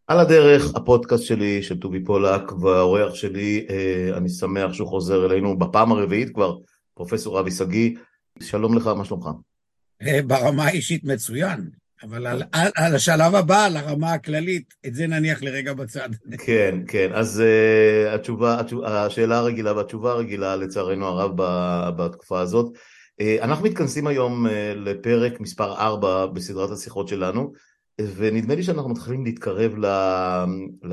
על הדרך, הפודקאסט שלי של טובי פולק והאורח שלי, אני שמח שהוא חוזר אלינו בפעם הרביעית כבר, פרופסור אבי שגיא. שלום לך, מה שלומך? ברמה האישית מצוין, אבל על השלב הבא, על הרמה הכללית, את זה נניח לרגע בצד. כן, כן, אז השאלה הרגילה והתשובה הרגילה לצערנו הרב בתקופה הזאת. אנחנו מתכנסים היום לפרק מספר 4 בסדרת השיחות שלנו, ונדמה לי שאנחנו מתחילים להתקרב ל...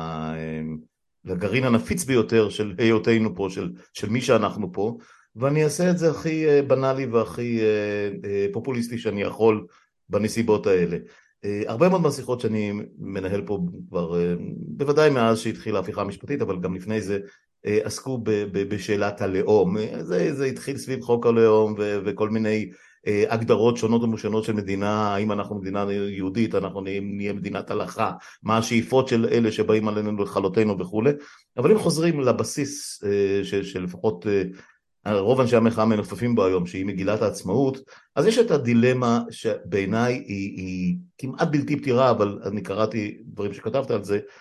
לגרעין הנפיץ ביותר של היותנו פה, של מי שאנחנו פה, ואני אעשה את זה הכי בנאלי והכי פופוליסטי שאני יכול בנסיבות האלה. הרבה מאוד מהשיחות שאני מנהל פה כבר, בוודאי מאז שהתחילה ההפיכה המשפטית, אבל גם לפני זה, עסקו בשאלת הלאום. זה התחיל סביב חוק הלאום וכל מיני הגדרות שונות ומשונות של מדינה, האם אנחנו מדינה יהודית, אנחנו נהיה מדינת הלכה, מה השאיפות של אלה שבאים עלינו לכלותנו וכו'. אבל אם חוזרים לבסיס שלפחות רוב אנשי המחאה מנופפים בו היום, שהיא מגילת העצמאות, אז יש את הדילמה שבעיניי היא כמעט בלתי פתירה, אבל אני קראתי דברים שכתבת על זה,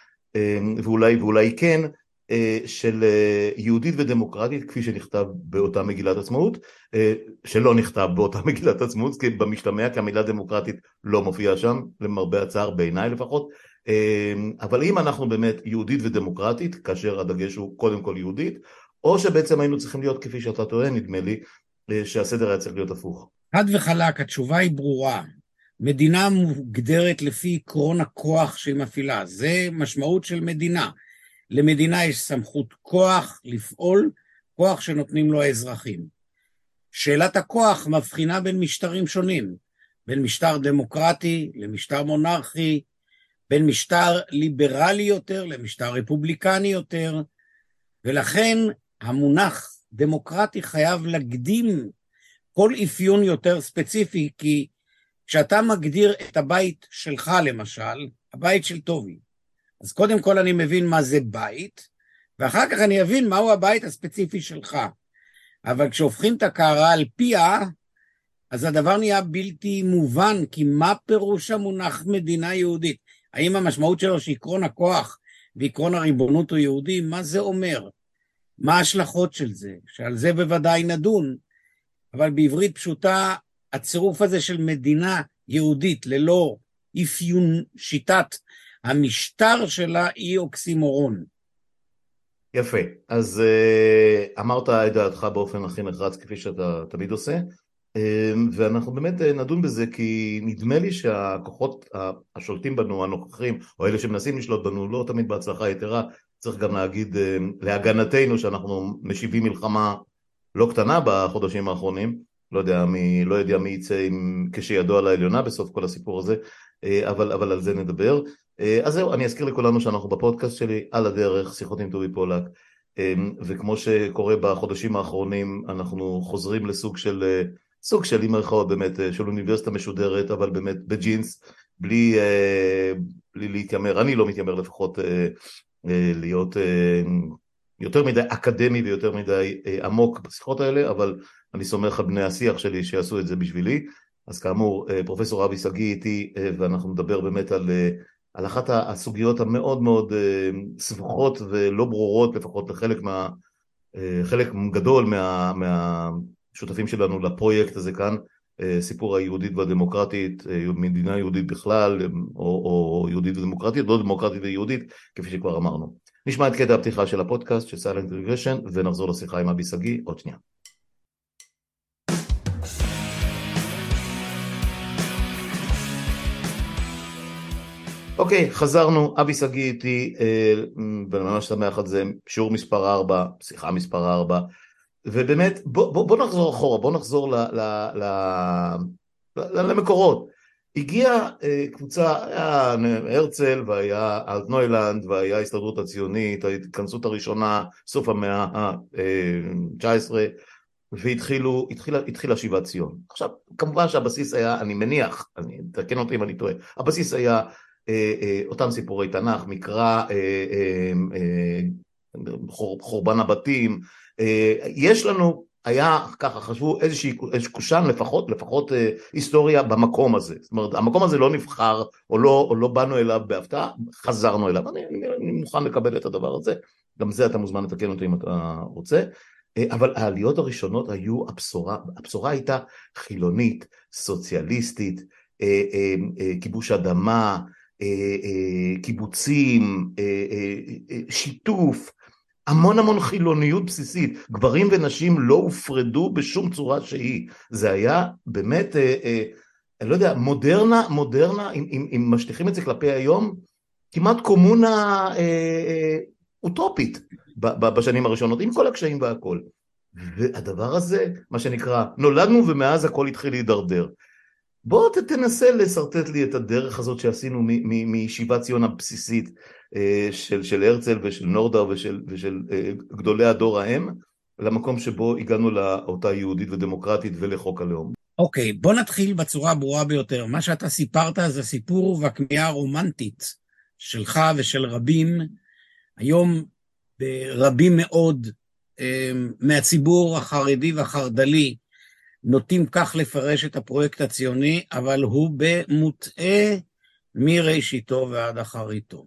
ואולי כן, של יהודית ודמוקרטית, כפי שנכתב באותה מגילת עצמאות, שלא נכתב באותה מגילת עצמאות, כי במשתמע כי המילה דמוקרטית לא מופיעה שם, למרבה הצער בעיניי לפחות, אבל אם אנחנו באמת יהודית ודמוקרטית, כאשר הדגש הוא קודם כל יהודית, או שבעצם היינו צריכים להיות, כפי שאתה טוען, נדמה לי, שהסדר היה צריך להיות הפוך. חד וחלק, התשובה היא ברורה. מדינה מוגדרת לפי עקרון הכוח שהיא מפעילה. זה משמעות של מדינה. למדינה יש סמכות כוח לפעול, כוח שנותנים לו האזרחים. שאלת הכוח מבחינה בין משטרים שונים, בין משטר דמוקרטי למשטר מונרכי, בין משטר ליברלי יותר למשטר רפובליקני יותר, ולכן המונח דמוקרטי חייב להקדים כל אפיון יותר ספציפי, כי כשאתה מגדיר את הבית שלך למשל, הבית של טובי, אז קודם כל אני מבין מה זה בית, ואחר כך אני אבין מהו הבית הספציפי שלך. אבל כשהופכים את הקערה על פיה, אז הדבר נהיה בלתי מובן, כי מה פירוש המונח מדינה יהודית? האם המשמעות שלו שעקרון הכוח ועקרון הריבונות הוא יהודי? מה זה אומר? מה ההשלכות של זה? שעל זה בוודאי נדון, אבל בעברית פשוטה, הצירוף הזה של מדינה יהודית ללא אפיון שיטת המשטר שלה היא אוקסימורון. יפה, אז אמרת את דעתך באופן הכי נחרץ כפי שאתה תמיד עושה, ואנחנו באמת נדון בזה, כי נדמה לי שהכוחות השולטים בנו, הנוכחים, או אלה שמנסים לשלוט בנו, לא תמיד בהצלחה יתרה. צריך גם להגיד להגנתנו שאנחנו משיבים מלחמה לא קטנה בחודשים האחרונים, לא יודע מי יצא כשידו על העליונה בסוף כל הסיפור הזה, אבל על זה נדבר. אז זהו, אני אזכיר לכולנו שאנחנו בפודקאסט שלי על הדרך, שיחות עם טובי פולק, וכמו שקורה בחודשים האחרונים, אנחנו חוזרים לסוג של אימרכאות באמת, של אוניברסיטה משודרת, אבל באמת בג'ינס, בלי להתיימר, אני לא מתיימר לפחות להיות יותר מדי אקדמי ויותר מדי עמוק בשיחות האלה, אבל אני סומך על בני השיח שלי שיעשו את זה בשבילי. אז כאמור, פרופסור אבי שגיא איתי, ואנחנו נדבר באמת על אחת הסוגיות המאוד מאוד סבוכות ולא ברורות, לפחות חלק גדול מהשותפים שלנו לפרויקט הזה כאן, סיפור היהודית והדמוקרטית, מדינה יהודית בכלל, או יהודית ודמוקרטית, לא דמוקרטית ויהודית, כפי שכבר אמרנו. נשמע את קטע הפתיחה של הפודקאסט, של Silent Regression, ונחזור לשיחה עם אבי שגיא עוד שנייה. אוקיי, חזרנו, אבי שגיא איתי, ואני ממש שמח על זה, שיעור מספר 4, שיחה מספר 4, ובאמת, בוא נחזור אחורה, בוא נחזור למקורות. הגיעה קבוצה, היה הרצל, והיה אלטנוילנד, והיה ההסתדרות הציונית, ההתכנסות הראשונה, סוף המאה ה-19, והתחילה שיבת ציון. עכשיו, כמובן שהבסיס היה, אני מניח, תקן אותי אם אני טועה, הבסיס היה אותם סיפורי תנ"ך, מקרא, חורבן הבתים, יש לנו היה ככה, חשבו איזשהו קושן, לפחות היסטוריה במקום הזה. זאת אומרת, המקום הזה לא נבחר, או לא באנו אליו בהפתעה, חזרנו אליו. אני מוכן לקבל את הדבר הזה, גם זה אתה מוזמן לתקן אותו אם אתה רוצה. אבל העליות הראשונות היו הבשורה הייתה חילונית, סוציאליסטית, כיבוש אדמה, קיבוצים, שיתוף, המון חילוניות בסיסית, גברים ונשים לא הופרדו בשום צורה שהיא, זה היה באמת, אני לא יודע, מודרנה, אם משליכים את זה כלפי היום, כמעט קומונה אוטופית בשנים הראשונות, עם כל הקשיים והכל. והדבר הזה, מה שנקרא, נולדנו ומאז הכל התחיל להידרדר. בוא תנסה לסרטט לי את הדרך הזאת שעשינו מישיבת ציון הבסיסית של הרצל ושל נורדאו ושל גדולי הדור ההם, למקום שבו הגענו לאותה יהודית ודמוקרטית ולחוק הלאום. אוקיי, בוא נתחיל בצורה הברורה ביותר. מה שאתה סיפרת זה סיפור והכמיהה הרומנטית שלך ושל רבים, היום רבים מאוד מהציבור החרדי והחרד"לי, נוטים כך לפרש את הפרויקט הציוני, אבל הוא במוטעה מראשיתו ועד אחריתו.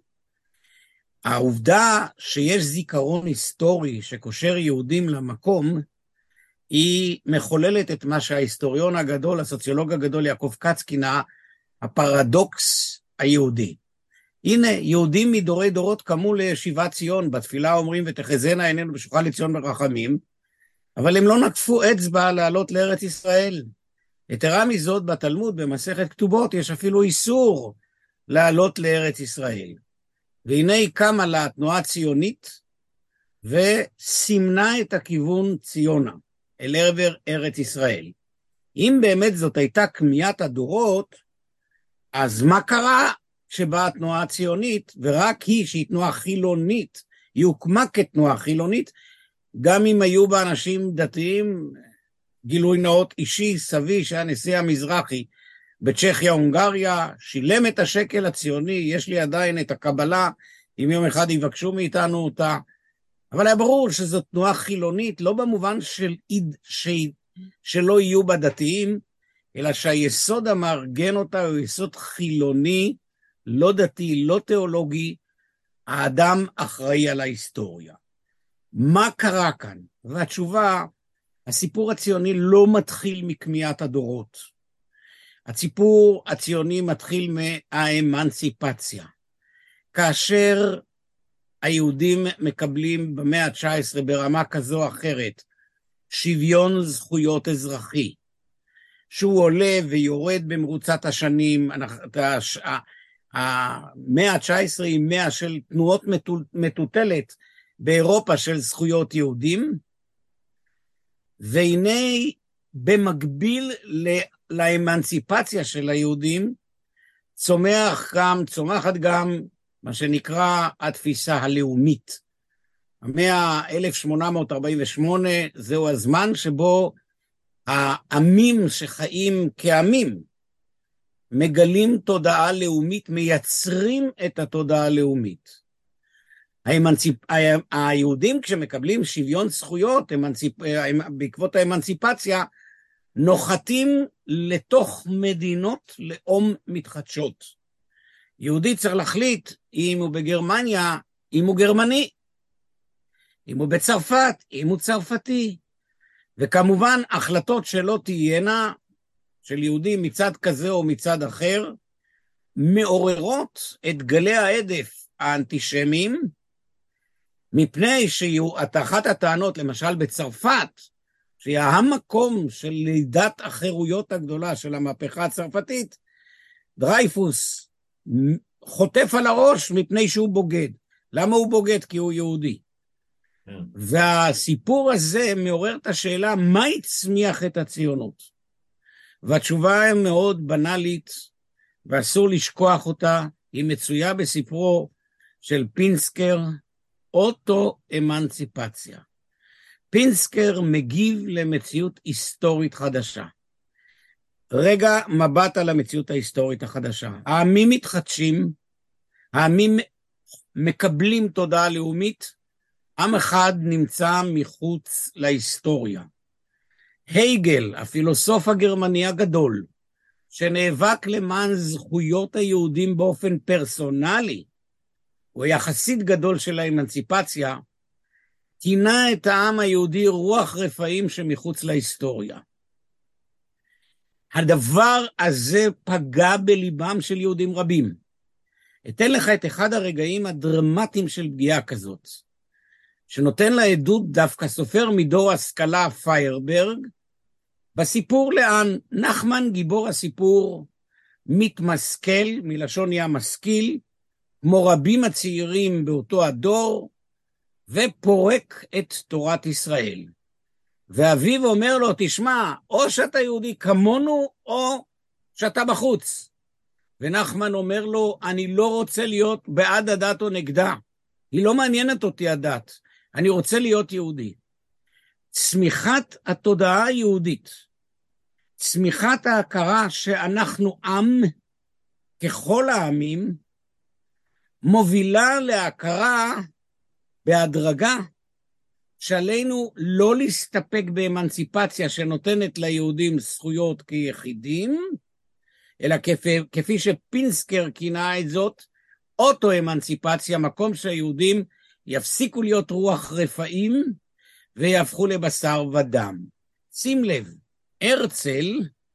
העובדה שיש זיכרון היסטורי שקושר יהודים למקום, היא מחוללת את מה שההיסטוריון הגדול, הסוציולוג הגדול יעקב כץ כינה הפרדוקס היהודי. הנה, יהודים מדורי דורות קמו לישיבת ציון, בתפילה אומרים ותחזינה עינינו בשובך לציון ברחמים, אבל הם לא נקפו אצבע לעלות לארץ ישראל. יתרה מזאת, בתלמוד, במסכת כתובות, יש אפילו איסור לעלות לארץ ישראל. והנה היא קמה לה התנועה הציונית, וסימנה את הכיוון ציונה, אל עבר ארץ ישראל. אם באמת זאת הייתה כמיית הדורות, אז מה קרה שבאה התנועה הציונית, ורק היא, שהיא תנועה חילונית, היא הוקמה כתנועה חילונית, גם אם היו בה אנשים דתיים, גילוי נאות אישי, סבי, שהיה נשיא המזרחי בצ'כיה, הונגריה, שילם את השקל הציוני, יש לי עדיין את הקבלה, אם יום אחד יבקשו מאיתנו אותה, אבל היה ברור שזו תנועה חילונית, לא במובן שלא יהיו בה דתיים, אלא שהיסוד המארגן אותה הוא יסוד חילוני, לא דתי, לא תיאולוגי, האדם אחראי על ההיסטוריה. מה קרה כאן? והתשובה, הסיפור הציוני לא מתחיל מכמיית הדורות. הסיפור הציוני מתחיל מהאמנציפציה. כאשר היהודים מקבלים במאה ה-19 ברמה כזו או אחרת, שוויון זכויות אזרחי, שהוא עולה ויורד במרוצת השנים, המאה ה-19 היא מאה של תנועות מטוטלת באירופה של זכויות יהודים, והנה במקביל לאמנציפציה של היהודים, צומחת גם מה שנקרא התפיסה הלאומית. המאה 1848 זהו הזמן שבו העמים שחיים כעמים מגלים תודעה לאומית, מייצרים את התודעה הלאומית. היהודים כשמקבלים שוויון זכויות בעקבות האמנציפציה, נוחתים לתוך מדינות לאום מתחדשות. יהודי צריך להחליט אם הוא בגרמניה, אם הוא גרמני, אם הוא בצרפת, אם הוא צרפתי. וכמובן החלטות שלא תהיינה, של יהודים מצד כזה או מצד אחר, מעוררות את גלי העדף האנטישמיים, מפני שאחת הטענות, למשל בצרפת, שהיא המקום של לידת החירויות הגדולה של המהפכה הצרפתית, דרייפוס חוטף על הראש מפני שהוא בוגד. למה הוא בוגד? כי הוא יהודי. והסיפור הזה מעורר את השאלה, מה הצמיח את הציונות? והתשובה היא מאוד בנאלית, ואסור לשכוח אותה, היא מצויה בספרו של פינסקר, אוטו-אמנציפציה. פינסקר מגיב למציאות היסטורית חדשה. רגע מבט על המציאות ההיסטורית החדשה. העמים מתחדשים, העמים מקבלים תודעה לאומית, עם אחד נמצא מחוץ להיסטוריה. הייגל, הפילוסוף הגרמני הגדול, שנאבק למען זכויות היהודים באופן פרסונלי, הוא היה חסיד גדול של האמנציפציה, כינה את העם היהודי רוח רפאים שמחוץ להיסטוריה. הדבר הזה פגע בליבם של יהודים רבים. אתן לך את אחד הרגעים הדרמטיים של פגיעה כזאת, שנותן לה עדות דווקא סופר מדור השכלה פיירברג, בסיפור לאן נחמן גיבור הסיפור מתמשכל, מלשון יא משכיל, כמו רבים הצעירים באותו הדור, ופורק את תורת ישראל. ואביו אומר לו, תשמע, או שאתה יהודי כמונו, או שאתה בחוץ. ונחמן אומר לו, אני לא רוצה להיות בעד הדת או נגדה. היא לא מעניינת אותי הדת. אני רוצה להיות יהודי. צמיחת התודעה היהודית, צמיחת ההכרה שאנחנו עם ככל העמים, מובילה להכרה בהדרגה שעלינו לא להסתפק באמנציפציה שנותנת ליהודים זכויות כיחידים, אלא כפי שפינסקר כינה את זאת, אוטו-אמנציפציה, מקום שהיהודים יפסיקו להיות רוח רפאים ויהפכו לבשר ודם. שים לב, הרצל,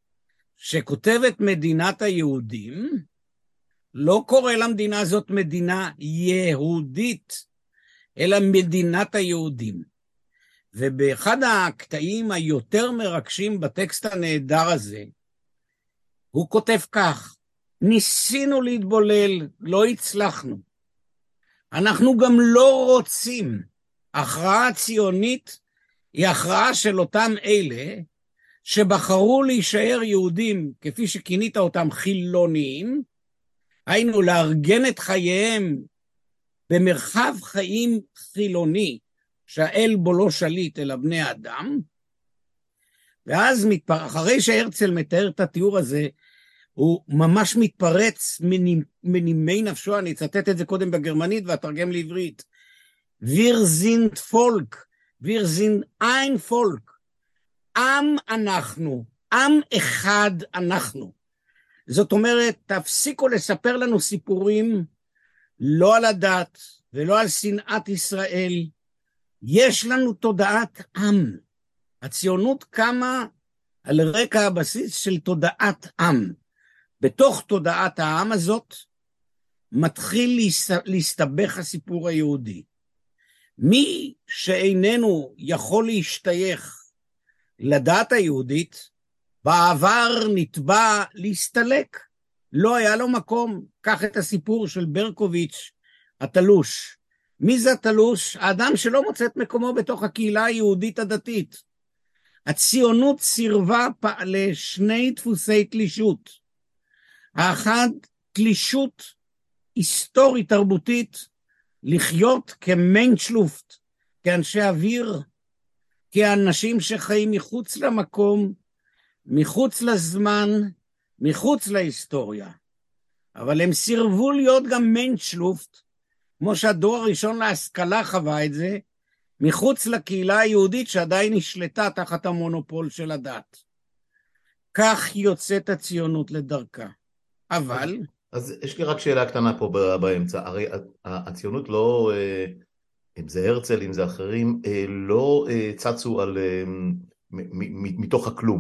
שכותב את מדינת היהודים, לא קורא למדינה הזאת מדינה יהודית, אלא מדינת היהודים. ובאחד הקטעים היותר מרגשים בטקסט הנהדר הזה, הוא כותב כך, ניסינו להתבולל, לא הצלחנו. אנחנו גם לא רוצים. הכרעה ציונית היא הכרעה של אותם אלה שבחרו להישאר יהודים, כפי שכינית אותם חילוניים, היינו לארגן את חייהם במרחב חיים חילוני, שהאל בו לא שליט אלא בני אדם, ואז אחרי שהרצל מתאר את התיאור הזה, הוא ממש מתפרץ מנימי נפשו, אני אצטט את זה קודם בגרמנית ואתרגם לעברית, Wir sind Volk, wir sind ein Volk, עם אנחנו, עם אחד אנחנו. זאת אומרת, תפסיקו לספר לנו סיפורים, לא על הדת ולא על שנאת ישראל, יש לנו תודעת עם. הציונות קמה על רקע הבסיס של תודעת עם. בתוך תודעת העם הזאת מתחיל להסתבך הסיפור היהודי. מי שאיננו יכול להשתייך לדת היהודית, בעבר נתבע להסתלק. לא היה לו מקום. קח את הסיפור של ברקוביץ' התלוש. מי זה התלוש? האדם שלא מוצא את מקומו בתוך הקהילה היהודית הדתית. הציונות סירבה לשני דפוסי תלישות. האחד, תלישות היסטורית תרבותית, לחיות כמנצ'לופט, כאנשי אוויר, כאנשים שחיים מחוץ למקום, מחוץ לזמן, מחוץ להיסטוריה. אבל הם סירבו להיות גם מנצ'לופט, כמו שהדור הראשון להשכלה חווה את זה, מחוץ לקהילה היהודית שעדיין נשלטה תחת המונופול של הדת. כך יוצאת הציונות לדרכה. אבל... אז יש לי רק שאלה קטנה פה באמצע. הרי הציונות לא, אם זה הרצל, אם זה אחרים, לא צצו על, מתוך הכלום.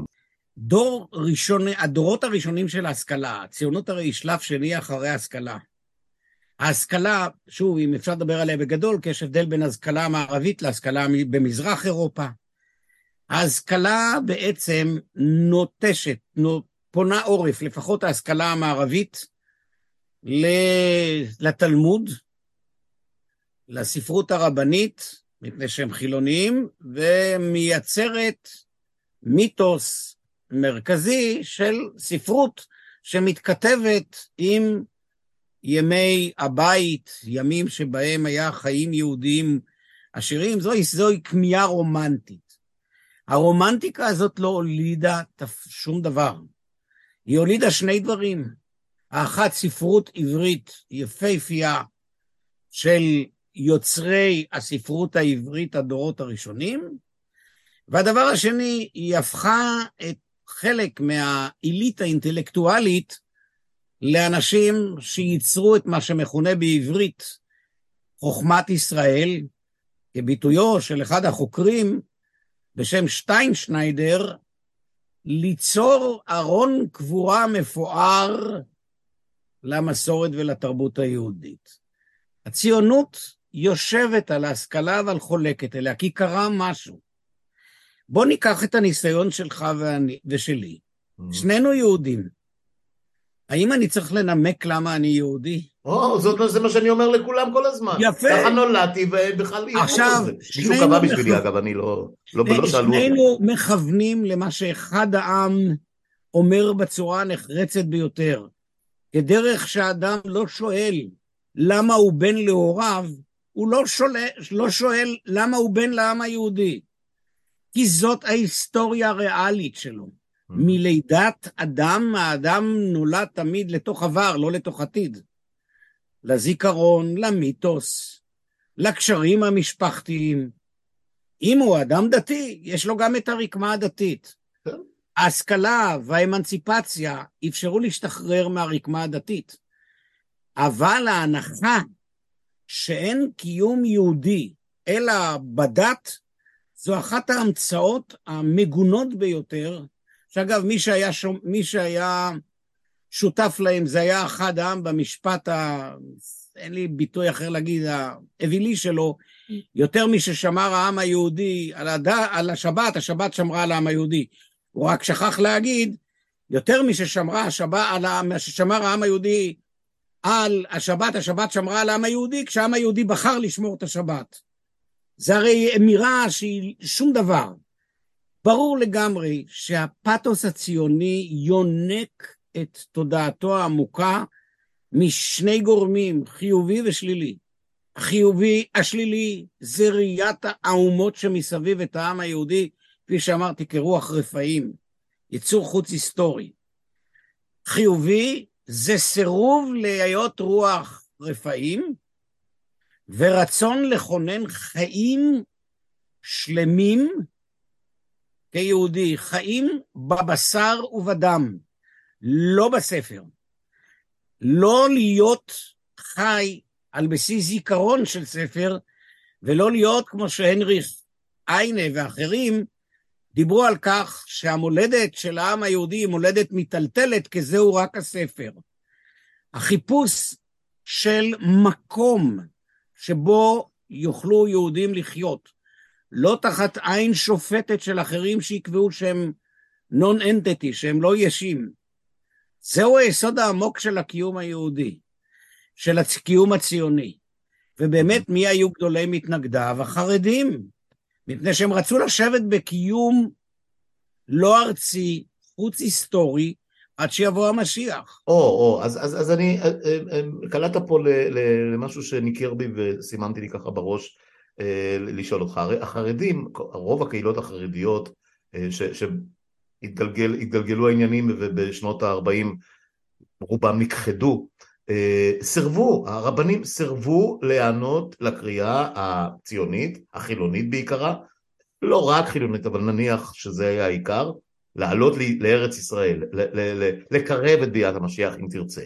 הדורות הראשונים של ההשכלה, הציונות הרי שלב שני אחרי ההשכלה. ההשכלה, שוב, אם אפשר לדבר עליה בגדול, כי יש הבדל בין ההשכלה המערבית להשכלה במזרח אירופה. ההשכלה בעצם נוטשת, פונה עורף, לפחות ההשכלה המערבית, לתלמוד, לספרות הרבנית, מפני שהם חילוניים, ומייצרת מיתוס מרכזי של ספרות שמתכתבת עם ימי הבית, ימים שבהם היה חיים יהודיים עשירים. זוהי כמיהה רומנטית. הרומנטיקה הזאת לא הולידה שום דבר. היא הולידה שני דברים. האחת, ספרות עברית יפהפייה של יוצרי הספרות העברית הדורות הראשונים, והדבר השני, היא הפכה את חלק מהאליטה האינטלקטואלית לאנשים שייצרו את מה שמכונה בעברית חוכמת ישראל, כביטויו של אחד החוקרים בשם שטיינשניידר, ליצור ארון קבורה מפואר למסורת ולתרבות היהודית. הציונות יושבת על ההשכלה ועל חולקת אליה, כי קרה משהו. בוא ניקח את הניסיון שלך ושלי. שנינו יהודים. האם אני צריך לנמק למה אני יהודי? זה מה שאני אומר לכולם כל הזמן. יפה. ככה נולדתי ובכלל יהיו עכשיו, זה. מישהו קבע בשבילי, אגב, אני לא שאלו אותי. שנינו מכוונים למה שאחד העם אומר בצורה הנחרצת ביותר. כדרך שהאדם לא שואל למה הוא בן להוריו, הוא לא שואל למה הוא בן לעם היהודי. כי זאת ההיסטוריה הריאלית שלו. מלידת אדם, האדם נולד תמיד לתוך עבר, לא לתוך עתיד. לזיכרון, למיתוס, לקשרים המשפחתיים. אם הוא אדם דתי, יש לו גם את הרקמה הדתית. ההשכלה והאמנציפציה אפשרו להשתחרר מהרקמה הדתית. אבל ההנחה שאין קיום יהודי אלא בדת, זו אחת ההמצאות המגונות ביותר, שאגב מי שהיה שותף להם זה היה אחד העם במשפט, אין לי ביטוי אחר להגיד, האווילי שלו, יותר מששמר העם היהודי על השבת, השבת שמרה על העם היהודי. הוא רק שכח להגיד, יותר מששמר העם היהודי על השבת, השבת שמרה על העם היהודי, כשהעם היהודי בחר לשמור את השבת. זה הרי אמירה שהיא שום דבר. ברור לגמרי שהפתוס הציוני יונק את תודעתו העמוקה משני גורמים, חיובי ושלילי. השלילי זה ראיית האומות שמסביב את העם היהודי, כפי שאמרתי, כרוח רפאים, יצור חוץ היסטורי. חיובי זה סירוב להיות רוח רפאים, ורצון לכונן חיים שלמים כיהודי, חיים בבשר ובדם, לא בספר. לא להיות חי על בסיס זיכרון של ספר, ולא להיות כמו שהנריך איינה ואחרים דיברו על כך שהמולדת של העם היהודי היא מולדת מטלטלת, כי זהו רק הספר. החיפוש של מקום שבו יוכלו יהודים לחיות, לא תחת עין שופטת של אחרים שיקבעו שהם non-entity, שהם לא ישים. זהו היסוד העמוק של הקיום היהודי, של הקיום הציוני. ובאמת מי היו גדולי מתנגדיו? החרדים. מפני שהם רצו לשבת בקיום לא ארצי, חוץ היסטורי, עד שיבוא המשיח. אז אני קלעת פה למשהו שניכר בי וסימנתי לי ככה בראש לשאול אותך. החרדים, רוב הקהילות החרדיות שהתגלגלו העניינים ובשנות ה-40 רובם נכחדו, הרבנים סירבו להיענות לקריאה הציונית, החילונית בעיקרה, לא רק חילונית, אבל נניח שזה היה העיקר, לעלות לארץ ישראל, לקרב את ביאת המשיח אם תרצה.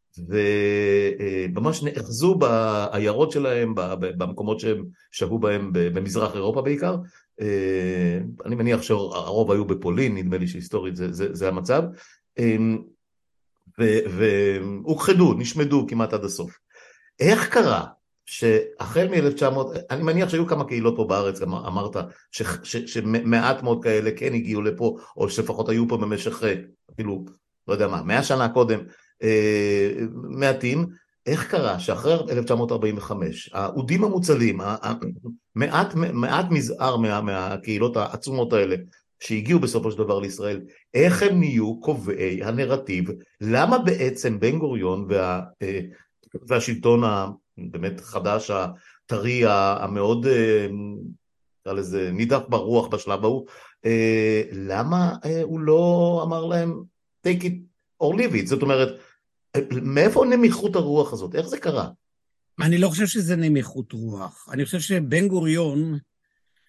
וממש נאחזו בעיירות שלהם, במקומות שהם שהו בהם, במזרח אירופה בעיקר. אני מניח שהרוב היו בפולין, נדמה לי שהיסטורית זה המצב. והוכחדו, נשמדו כמעט עד הסוף. איך קרה שהחל מ-1900, אני מניח שהיו כמה קהילות פה בארץ, אמרת שמעט מאוד כאלה כן הגיעו לפה, או שלפחות היו פה במשך, אפילו, לא יודע מה, 100 שנה קודם, מעטים. איך קרה שאחרי 1945, העודים המוצלים, מעט מזער מהקהילות העצומות האלה, שהגיעו בסופו של דבר לישראל, איך הם נהיו קובעי הנרטיב, למה בעצם בן גוריון והשלטון הבאמת חדש, הטרי, המאוד, נקרא לזה, נידח ברוח בשלב ההוא, למה הוא לא אמר להם, take it or leave it, זאת אומרת, מאיפה נמיכות הרוח הזאת, איך זה קרה? אני לא חושב שזה נמיכות רוח, אני חושב שבן גוריון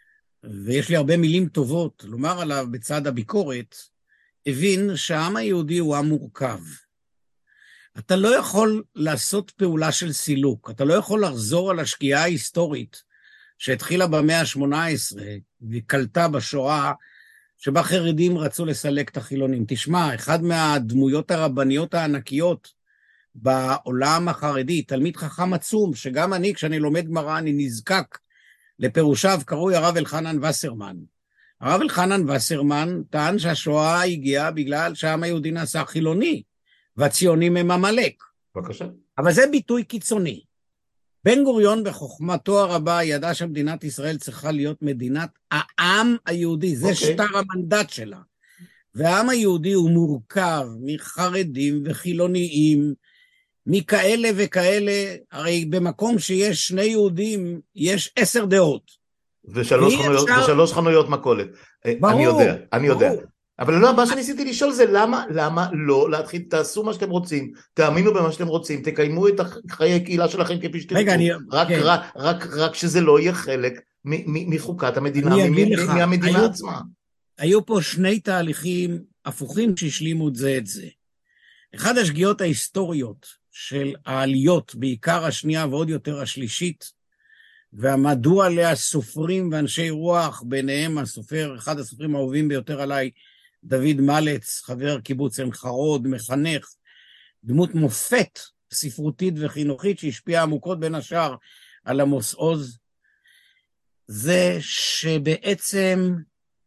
ויש לי הרבה מילים טובות לומר עליו בצד הביקורת, הבין שהעם היהודי הוא עם מורכב. אתה לא יכול לעשות פעולה של סילוק, אתה לא יכול לחזור על השקיעה ההיסטורית שהתחילה במאה ה-18 וקלטה בשואה, שבה חרדים רצו לסלק את החילונים. תשמע, אחד מהדמויות הרבניות הענקיות בעולם החרדי, תלמיד חכם עצום, שגם אני, כשאני לומד גמרא, אני נזקק לפירושיו, קרוי הרב אלחנן וסרמן. הרב אלחנן וסרמן טען שהשואה הגיעה בגלל שהעם היהודי נעשה חילוני, והציונים הם עמלק. בבקשה. אבל זה ביטוי קיצוני. בן גוריון בחוכמתו הרבה ידע שמדינת ישראל צריכה להיות מדינת העם היהודי, זה שטר המנדט שלה. והעם היהודי הוא מורכב מחרדים וחילוניים, מכאלה וכאלה, הרי במקום שיש שני יהודים, יש 10 דעות. ושלוש חנויות מכולת. ברור, אני יודע. אבל לא, מה שניסיתי לשאול זה למה לא להתחיל, תעשו מה שאתם רוצים, תאמינו במה שאתם רוצים, תקיימו את חיי הקהילה שלכם כפי שתרצו, רק שזה לא יהיה חלק מחוקת המדינה, מהמדינה עצמה. היו פה שני תהליכים הפוכים שהשלימו את זה. אחד השגיאות ההיסטוריות של העליות, בעיקר השנייה ועוד יותר השלישית, ועמדו עליה סופרים ואנשי רוח, ביניהם אחד הסופרים האהובים ביותר עליי, דוד מלץ, חבר קיבוץ עין חרוד, מחנך, דמות מופת ספרותית וחינוכית שהשפיעה עמוקות בין השאר על עמוס עוז, זה שבעצם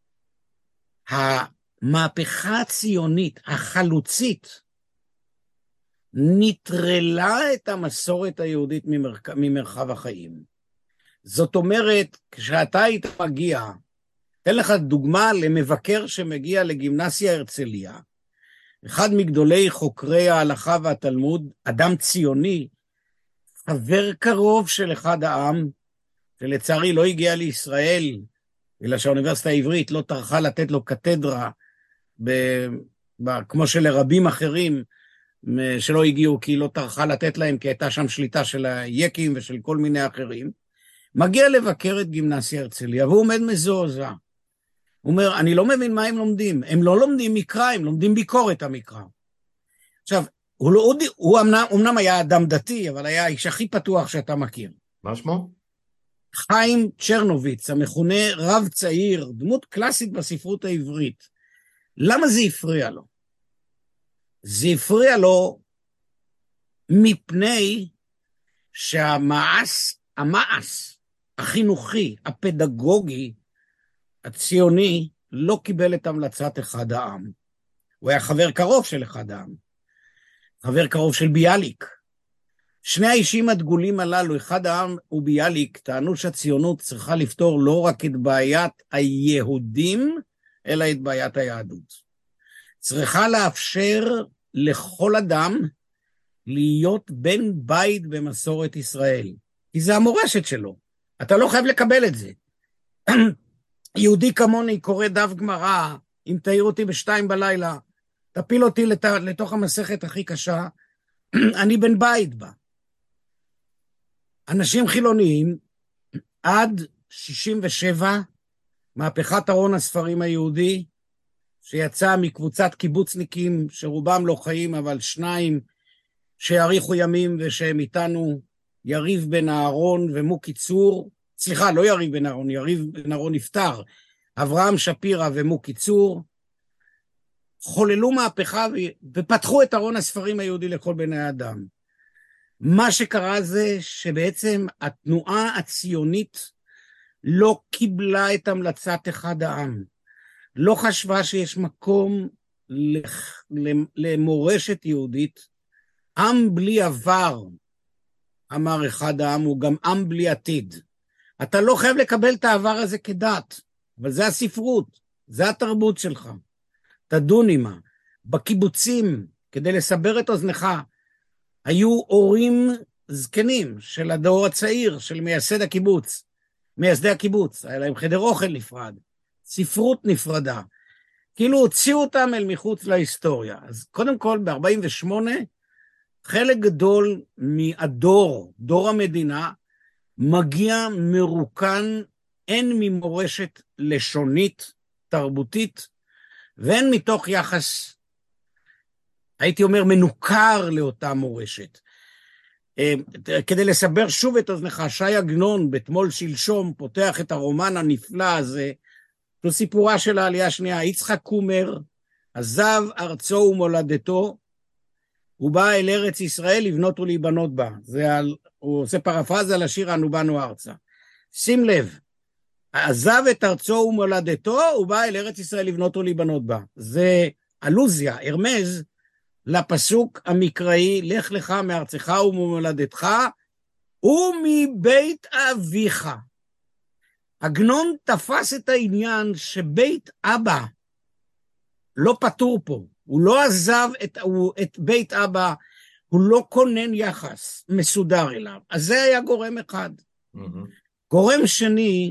המהפכה הציונית, החלוצית, נטרלה את המסורת היהודית ממרחב החיים. זאת אומרת, כשאתה היית מגיע, אתן לך דוגמה למבקר שמגיע לגימנסיה הרצליה, אחד מגדולי חוקרי ההלכה והתלמוד, אדם ציוני, חבר קרוב של אחד העם, שלצערי לא הגיע לישראל, אלא שהאוניברסיטה העברית לא טרחה לתת לו קתדרה, כמו שלרבים אחרים, שלא הגיעו כי לא טרחה לתת להם, כי הייתה שם שליטה של היקים ושל כל מיני אחרים, מגיע לבקר את גימנסיה הרצליה, והוא עומד מזועזע. הוא אומר, אני לא מבין מה הם לומדים. הם לא לומדים מקרא, הם לומדים ביקורת המקרא. עכשיו, הוא אמנם היה אדם דתי, אבל היה האיש הכי פתוח שאתה מכיר. מה שמו? חיים צ'רנוביץ, המכונה רב צעיר, דמות קלאסית בספרות העברית. למה זה הפריע לו? זה הפריע לו מפני שהמעש החינוכי, הפדגוגי, הציוני, לא קיבל את המלצת אחד העם. הוא היה חבר קרוב של אחד העם. חבר קרוב של ביאליק. שני האישים הדגולים הללו, אחד העם וביאליק, טענו שהציונות צריכה לפתור לא רק את בעיית היהודים, אלא את בעיית היהדות. צריכה לאפשר לכל אדם להיות בן בית במסורת ישראל. כי זה המורשת שלו. אתה לא חייב לקבל את זה. יהודי כמוני קורא דף גמרא, אם תעיר אותי ב2 בלילה, תפיל אותי לתוך המסכת הכי קשה, אני בן בית בה. אנשים חילוניים, עד 67, מהפכת ארון הספרים היהודי, שיצא מקבוצת קיבוצניקים, שרובם לא חיים, אבל 2 שיאריכו ימים ושהם איתנו, יריב בן אהרון ומוקי צור, סליחה, לא יריב בן אהרון, יריב בן אהרון נפטר, אברהם שפירא ומוקי צור, חוללו מהפכה ופתחו את ארון הספרים היהודי לכל בני האדם. מה שקרה זה שבעצם התנועה הציונית לא קיבלה את המלצת אחד העם, לא חשבה שיש מקום למורשת יהודית, עם בלי עבר, אמר אחד העם, הוא גם עם בלי עתיד. אתה לא חייב לקבל את העבר הזה כדת, אבל זה הספרות, זה התרבות שלך. תדון עמה. בקיבוצים, כדי לסבר את אוזנך, היו הורים זקנים של הדור הצעיר, של מייסדי הקיבוץ. היה להם חדר אוכל נפרד, ספרות נפרדה. כאילו הוציאו אותם אל מחוץ להיסטוריה. אז קודם כל, ב-48, חלק גדול דור המדינה, מגיע מרוקן הן ממורשת לשונית, תרבותית, והן מתוך יחס, הייתי אומר, מנוכר לאותה מורשת. כדי לסבר שוב את אוזנך, שי עגנון, בתמול שלשום, פותח את הרומן הנפלא הזה, זו סיפורה של העלייה השנייה. יצחק קומר עזב ארצו ומולדתו, הוא בא אל ארץ ישראל לבנות ולהיבנות בה. הוא עושה פרפרזה לשיר אנו באנו ארצה. שים לב, עזב את ארצו ומולדתו, הוא בא אל ארץ ישראל לבנות ולהיבנות בה. זה אלוזיה, הרמז, לפסוק המקראי, לך לך מארצך וממולדתך ומבית אביך. עגנון תפס את העניין שבית אבא לא פטור פה, הוא לא עזב את בית אבא, הוא לא כונן יחס מסודר אליו. אז זה היה גורם אחד. גורם שני,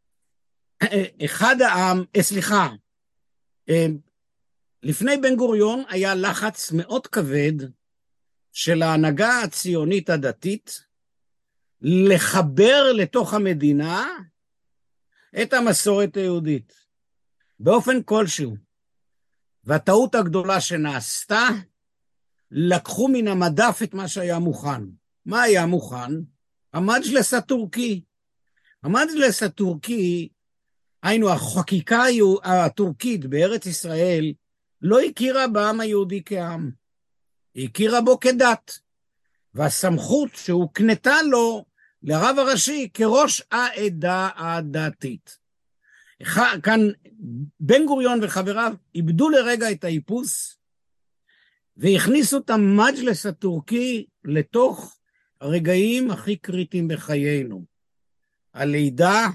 לפני בן גוריון היה לחץ מאוד כבד של ההנהגה הציונית הדתית לחבר לתוך המדינה את המסורת היהודית באופן כלשהו. והטעות הגדולה שנעשתה, לקחו מן המדף את מה שהיה מוכן. מה היה מוכן? המג'לס הטורקי. המג'לס הטורקי, היינו, החקיקה הטורקית בארץ ישראל, לא הכירה בעם היהודי כעם. היא הכירה בו כדת. והסמכות שהוקנתה לו לרב הראשי כראש העדה הדתית. כאן בן גוריון וחבריו איבדו לרגע את האיפוס, והכניסו את המג'לס הטורקי לתוך הרגעים הכי קריטיים בחיינו. הלידה,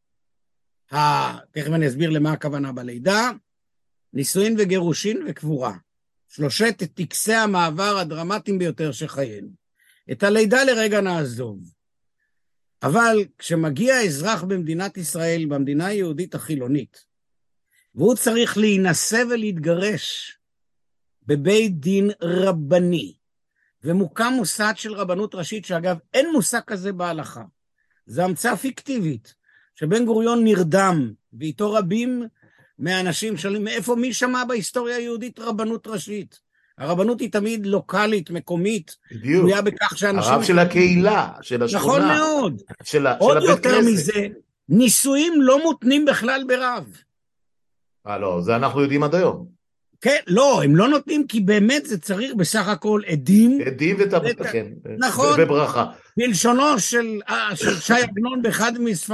תכף אני אסביר למה הכוונה בלידה, נישואין וגירושין וקבורה. שלושת טקסי המעבר הדרמטיים ביותר שחיינו. את הלידה לרגע נעזוב. אבל כשמגיע אזרח במדינת ישראל, במדינה היהודית החילונית, והוא צריך להינשא ולהתגרש בבית דין רבני, ומוקם מוסד של רבנות ראשית, שאגב אין מושג כזה בהלכה, זה המצאה פיקטיבית, שבן גוריון נרדם, ואיתו רבים מהאנשים שואלים, מאיפה מי שמע בהיסטוריה היהודית רבנות ראשית? הרבנות היא תמיד לוקלית, מקומית, תלויה בכך שאנשים... הרב של הקהילה, של השכונה. נכון מאוד. עוד יותר מזה, נישואים לא מותנים בכלל ברב. לא, זה אנחנו יודעים עד היום. כן, לא, הם לא נותנים, כי באמת זה צריך בסך הכל עדים. עדים וטבעת, כן. נכון. וברכה. בלשונו של שי עגנון, באחד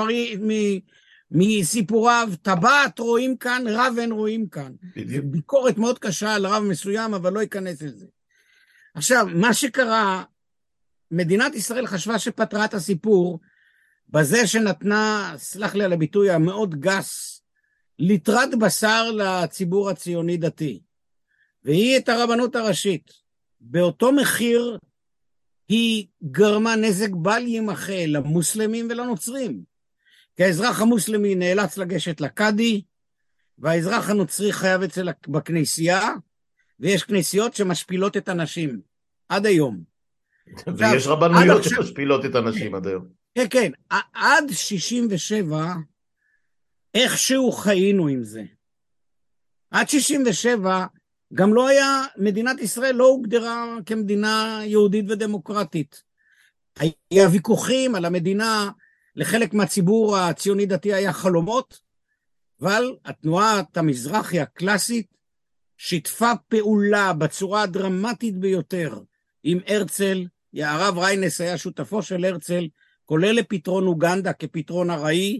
מסיפוריו, טבעת רואים כאן, רב אין רואים כאן. ביקורת מאוד קשה על רב מסוים, אבל לא ייכנס לזה. עכשיו, מה שקרה, מדינת ישראל חשבה שפתרה את הסיפור, בזה שנתנה, סלח לי על הביטוי המאוד גס, ליטרת בשר לציבור הציוני דתי. והיא את הרבנות הראשית. באותו מחיר, היא גרמה נזק בל יימחה למוסלמים ולנוצרים. כי האזרח המוסלמי נאלץ לגשת לקאדי, והאזרח הנוצרי חייב בכנסייה, ויש כנסיות שמשפילות את הנשים, עד היום. ויש רבנויות שמשפילות את הנשים עד היום. כן, כן, עד 67, איכשהו חיינו עם זה. עד 67, גם לא היה, מדינת ישראל לא הוגדרה כמדינה יהודית ודמוקרטית. היה ויכוחים על המדינה, לחלק מהציבור הציוני דתי היה חלומות, אבל התנועת המזרחי הקלאסית שיתפה פעולה בצורה הדרמטית ביותר עם הרצל. הרב ריינס היה שותפו של הרצל, כולל לפתרון אוגנדה כפתרון ארעי,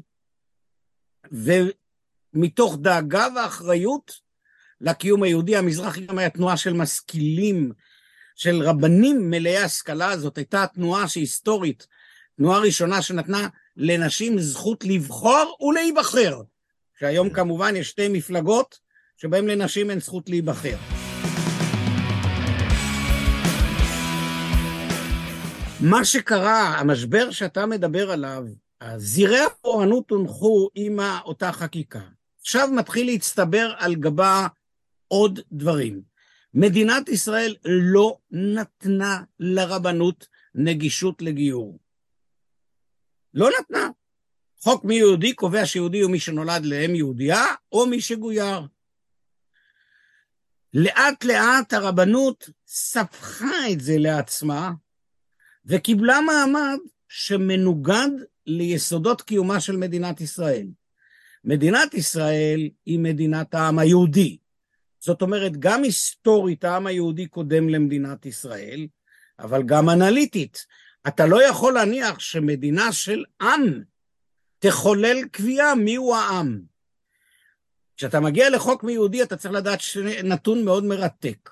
ומתוך דאגה ואחריות לקיום היהודי. המזרחי גם היה תנועה של משכילים, של רבנים מלאי השכלה. זאת הייתה תנועה שהיסטורית, תנועה ראשונה שנתנה לנשים זכות לבחור ולהיבחר, שהיום כמובן יש שתי מפלגות שבהם לנשים אין זכות להיבחר. מה שקרה, המשבר שאתה מדבר עליו, זירי הפורענות הונחו עם אותה חקיקה. עכשיו מתחיל להצטבר על גבה עוד דברים. מדינת ישראל לא נתנה לרבנות נגישות לגיור. לא נתנה. חוק מי יהודי קובע שיהודי הוא מי שנולד לאם יהודייה, או מי שגויר. לאט לאט הרבנות ספחה את זה לעצמה, וקיבלה מעמד שמנוגד ליסודות קיומה של מדינת ישראל. מדינת ישראל היא מדינת העם היהודי. זאת אומרת, גם היסטורית העם היהודי קודם למדינת ישראל, אבל גם אנליטית. אתה לא יכול להניח שמדינה של עם תחולל קביעה מיהו העם. כשאתה מגיע לחוק מיהודי, אתה צריך לדעת נתון מאוד מרתק.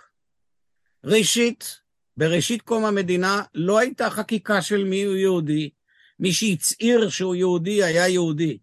ראשית, בראשית קום המדינה לא הייתה חקיקה של מיהו יהודי. מי שהצעיר שהוא יהודי היה יהודי.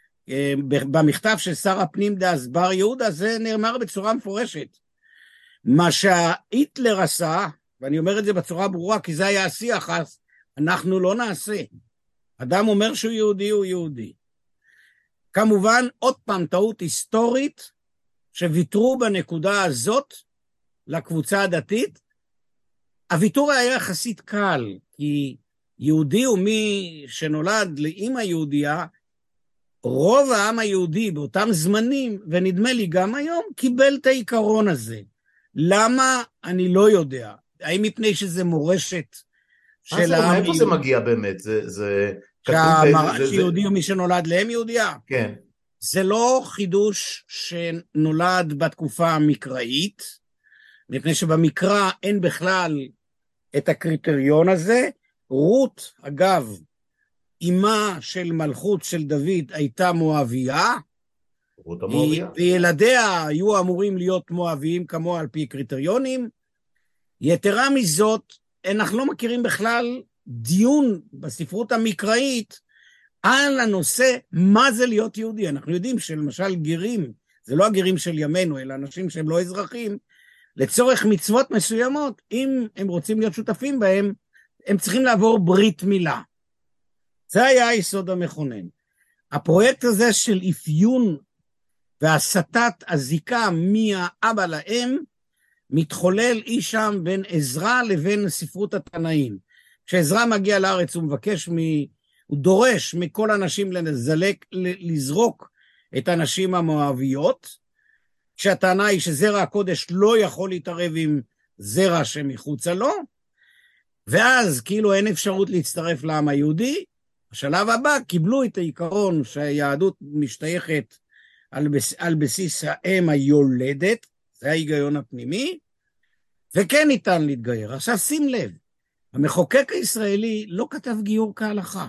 במכתב של שר הפנים דאז בר יהודה, זה נאמר בצורה מפורשת. מה שהיטלר עשה, ואני אומר את זה בצורה ברורה, כי זה היה השיח, אז אנחנו לא נעשה. אדם אומר שהוא יהודי, הוא יהודי. כמובן, עוד פעם, טעות היסטורית, שוויתרו בנקודה הזאת לקבוצה הדתית. הוויתור היה יחסית קל, כי יהודי הוא מי שנולד לאמא יהודייה, רוב העם היהודי באותם זמנים, ונדמה לי גם היום, קיבל את העיקרון הזה. למה? אני לא יודע. האם מפני שזה מורשת של העם היהודי? מאיפה זה מגיע באמת? זה שיהודי הוא מי שנולד לאם יהודייה? כן. זה לא חידוש שנולד בתקופה המקראית, מפני שבמקרא אין בכלל את הקריטריון הזה. רות, אגב, אמה של מלכות של דוד הייתה מואביה, רות המואביה. וילדיה היו אמורים להיות מואביים כמוה על פי קריטריונים. יתרה מזאת, אנחנו לא מכירים בכלל דיון בספרות המקראית על הנושא מה זה להיות יהודי. אנחנו יודעים שלמשל גרים, זה לא הגרים של ימינו, אלא אנשים שהם לא אזרחים, לצורך מצוות מסוימות, אם הם רוצים להיות שותפים בהם, הם צריכים לעבור ברית מילה. זה היה היסוד המכונן. הפרויקט הזה של אפיון והסטת הזיקה מהאבא לאם, מתחולל אי שם בין עזרא לבין ספרות התנאים. כשעזרא מגיע לארץ הוא הוא דורש מכל אנשים לזרוק את הנשים המואביות, כשהטענה היא שזרע הקודש לא יכול להתערב עם זרע שמחוצה לו, ואז כאילו אין אפשרות להצטרף לעם היהודי. בשלב הבא קיבלו את העיקרון שהיהדות משתייכת על בסיס האם היולדת, זה ההיגיון הפנימי, וכן ניתן להתגייר. עכשיו שים לב, המחוקק הישראלי לא כתב גיור כהלכה.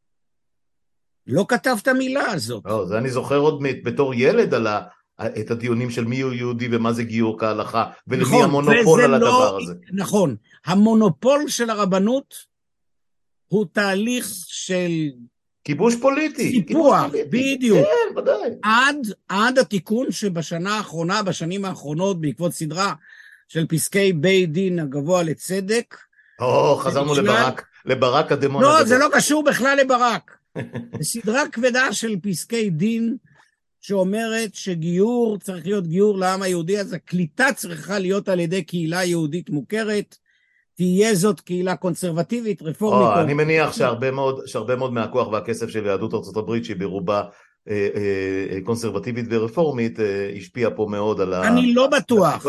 לא כתב את המילה הזאת. זה אני זוכר עוד בתור ילד את הדיונים של מי הוא יהודי ומה זה גיור כהלכה, ולמי נכון, המונופול על הדבר הזה. נכון, המונופול של הרבנות הוא תהליך של כיבוש פוליטי. סיפוח, בדיוק. כן, ודאי. עד התיקון שבשנה האחרונה, בשנים האחרונות, בעקבות סדרה של פסקי בית דין הגבוה לצדק. חזרנו לברק הדמון. לא, זה לא קשור בכלל לברק. זה סדרה כבדה של פסקי דין, שאומרת שגיור צריך להיות גיור לעם היהודי, אז הקליטה צריכה להיות על ידי קהילה יהודית מוכרת, תהיה זאת קהילה קונסרבטיבית, רפורמית. אני מניח שהרבה מאוד מהכוח והכסף של יהדות ארצות הברית, שהיא ברובה קונסרבטיבית ורפורמית, השפיעה פה מאוד על אני לא בטוח.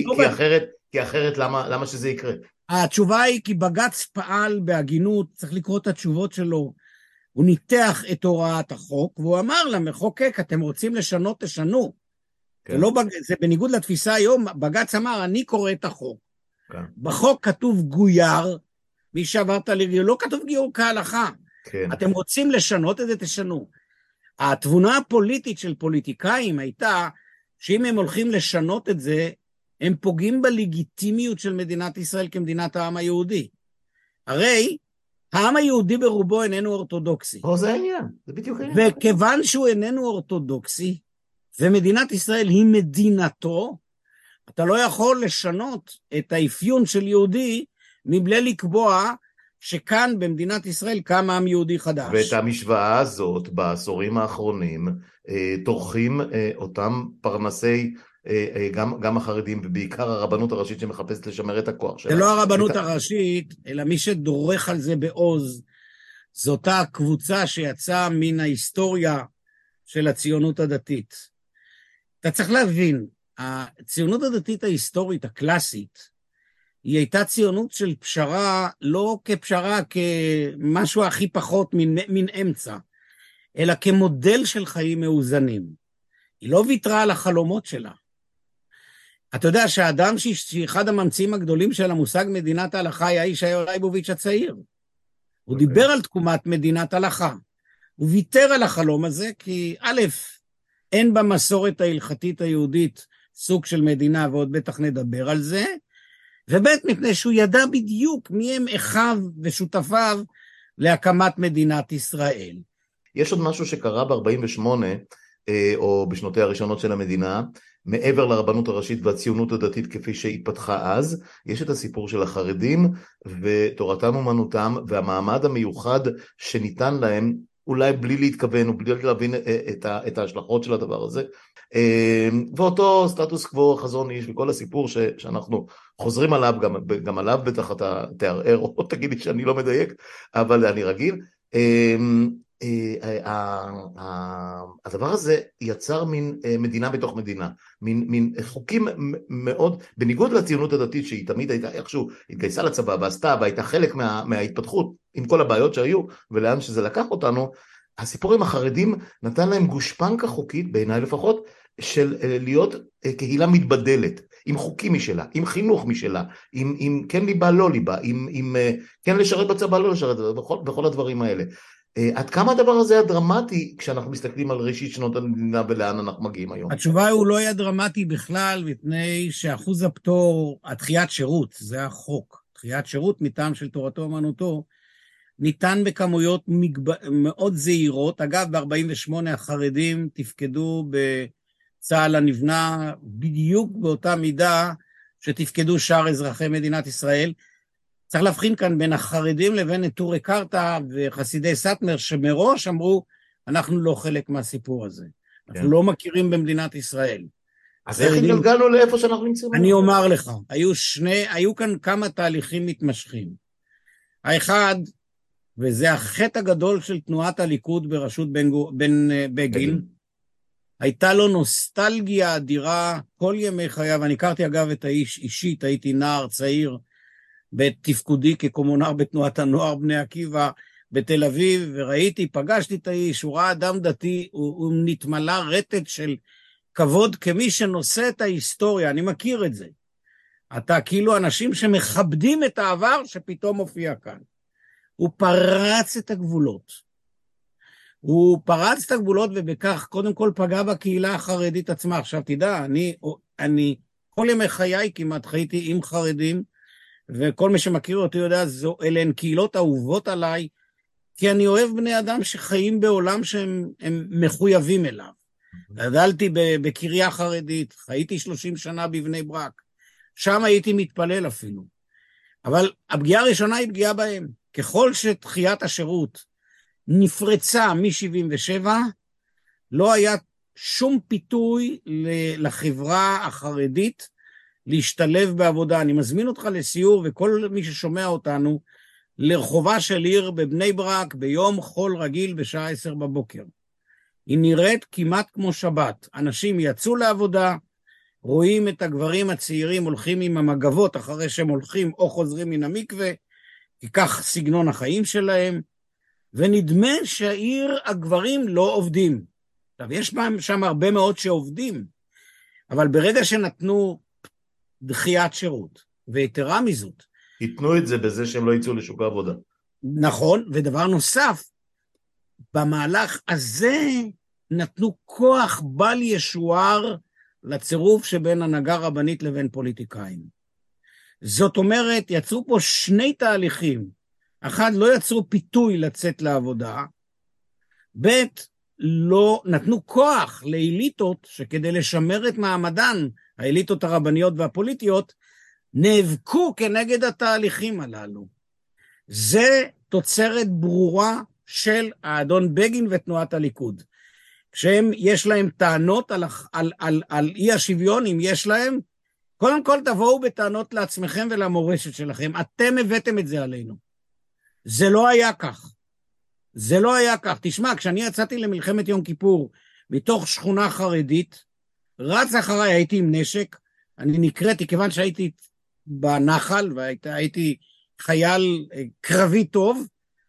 כי אחרת למה שזה יקרה? התשובה היא כי בג"ץ פעל בהגינות, צריך לקרוא את התשובות שלו, הוא ניתח את הוראת החוק, והוא אמר למחוקק, אתם רוצים לשנות, תשנו. כן. זה בניגוד לתפיסה היום, בג"ץ אמר, אני קורא את החוק. כן. בחוק כתוב גויר, מי שעברת לגיור, לא כתוב גיור כהלכה. כן. אתם רוצים לשנות את זה, תשנו. התבונה הפוליטית של פוליטיקאים הייתה, שאם הם הולכים לשנות את זה, הם פוגעים בלגיטימיות של מדינת ישראל כמדינת העם היהודי. הרי, העם היהודי ברובו איננו אורתודוקסי. זה העניין, זה בדיוק העניין. וכיוון שהוא איננו אורתודוקסי, ומדינת ישראל היא מדינתו, אתה לא יכול לשנות את האפיון של יהודי, מבלי לקבוע שכאן במדינת ישראל קם עם יהודי חדש. ואת המשוואה הזאת בעשורים האחרונים, תורכים אותם פרנסי, גם החרדים, ובעיקר הרבנות הראשית שמחפשת לשמר את הכוח שלה. זה לא הרבנות הראשית, אלא מי שדורך על זה בעוז, זו אותה קבוצה שיצאה מן ההיסטוריה של הציונות הדתית. אתה צריך להבין, הציונות הדתית ההיסטורית, הקלאסית, היא הייתה ציונות של פשרה, לא כפשרה, כמשהו הכי פחות מן אמצע, אלא כמודל של חיים מאוזנים. היא לא ויתרה על החלומות שלה. אתה יודע שהאדם שאחד הממציאים הגדולים של המושג מדינת ההלכה היה ישעיהו ליבוביץ' הצעיר. הוא דיבר על תקומת מדינת הלכה. הוא ויתר על החלום הזה, כי א', אין במסורת ההלכתית היהודית סוג של מדינה, ועוד בטח נדבר על זה, וב' מפני שהוא ידע בדיוק מי הם אחיו ושותפיו להקמת מדינת ישראל. יש עוד משהו שקרה ב-48, או בשנותיה הראשונות של המדינה, מעבר לרבנות הראשית והציונות הדתית כפי שהתפתחה אז, יש את הסיפור של החרדים ותורתם אומנותם והמעמד המיוחד שניתן להם, אולי בלי להתכוון ובלי להבין את ההשלכות של הדבר הזה, ואותו סטטוס קוו, חזון איש וכל הסיפור שאנחנו חוזרים עליו, גם עליו בטח אתה תערער או תגיד לי שאני לא מדייק, אבל אני רגיל. הדבר הזה יצר מין מדינה בתוך מדינה, מין חוקים מאוד, בניגוד לציונות הדתית שהיא תמיד הייתה איכשהו, התגייסה לצבא ועשתה והייתה חלק מההתפתחות עם כל הבעיות שהיו ולאן שזה לקח אותנו, הסיפור עם החרדים נתן להם גושפנקה חוקית, בעיניי לפחות, של להיות קהילה מתבדלת, עם חוקים משלה, עם חינוך משלה, עם כן ליבה לא ליבה, עם כן לשרת בצבא לא לשרת, וכל הדברים האלה. עד כמה הדבר הזה היה דרמטי כשאנחנו מסתכלים על ראשית שנות המדינה ולאן אנחנו מגיעים היום? התשובה הוא לא היה דרמטי בכלל, מפני שאחוז הפטור, הדחיית שירות, זה החוק, דחיית שירות מטעם של תורתו אומנותו, ניתן בכמויות מאוד זהירות. אגב, ב-48 החרדים תפקדו בצה"ל הנבנה בדיוק באותה מידה שתפקדו שאר אזרחי מדינת ישראל. צריך להבחין כאן בין החרדים לבין נטורי קרתא וחסידי סאטמר, שמראש אמרו, אנחנו לא חלק מהסיפור הזה. אנחנו לא מכירים במדינת ישראל. אז איך התגלגלנו לאיפה שאנחנו נמצאים? אני אומר לך, היו כאן כמה תהליכים מתמשכים. האחד, וזה החטא הגדול של תנועת הליכוד בראשות בגין, הייתה לו נוסטלגיה אדירה כל ימי חייו. אני הכרתי אגב את האיש אישית, הייתי נער צעיר בתפקודי כקומונר בתנועת הנוער בני עקיבא בתל אביב, וראיתי, פגשתי את האיש, הוא ראה אדם דתי, הוא נתמלא רטט של כבוד כמי שנושא את ההיסטוריה, אני מכיר את זה. אתה כאילו אנשים שמכבדים את העבר שפתאום מופיע כאן. הוא פרץ את הגבולות. הוא פרץ את הגבולות ובכך קודם כל פגע בקהילה החרדית עצמה. עכשיו תדע, אני כל ימי חיי כמעט חייתי עם חרדים, וכל מי שמכיר אותי יודע, אלה הן קהילות אהובות עליי, כי אני אוהב בני אדם שחיים בעולם שהם מחויבים אליו. גדלתי בקריה חרדית, חייתי 30 שנה בבני ברק, שם הייתי מתפלל אפילו. אבל הפגיעה הראשונה היא פגיעה בהם. ככל שדחיית השירות נפרצה מ-77, לא היה שום פיתוי לחברה החרדית להשתלב בעבודה. אני מזמין אותך לסיור, וכל מי ששומע אותנו, לרחובה של עיר בבני ברק, ביום חול רגיל בשעה 10 בבוקר. היא נראית כמעט כמו שבת. אנשים יצאו לעבודה, רואים את הגברים הצעירים הולכים עם המגבות אחרי שהם הולכים או חוזרים מן המקווה, כי כך סגנון החיים שלהם, ונדמה שהעיר הגברים לא עובדים. עכשיו, יש שם הרבה מאוד שעובדים, אבל ברגע שנתנו דחיית שירות, ויתרה מזאת, ייתנו את זה בזה שהם לא יצאו לשוק העבודה. נכון, ודבר נוסף, במהלך הזה נתנו כוח בל ישוער לצירוף שבין הנהגה רבנית לבין פוליטיקאים. זאת אומרת, יצרו פה שני תהליכים. אחד, לא יצרו פיתוי לצאת לעבודה. ב', לא נתנו כוח לאליטות שכדי לשמר את מעמדן, האליטות הרבניות והפוליטיות, נאבקו כנגד התהליכים הללו. זה תוצרת ברורה של האדון בגין ותנועת הליכוד. כשהם יש להם טענות על אי השוויון, אם יש להם, קודם כל תבואו בטענות לעצמכם ולמורשת שלכם. אתם הבאתם את זה עלינו. זה לא היה כך. זה לא היה כך. תשמע, כשאני יצאתי למלחמת יום כיפור, מתוך שכונה חרדית, רץ אחריי, הייתי עם נשק, אני נקראתי, כיוון שהייתי בנחל, והייתי חייל קרבי טוב,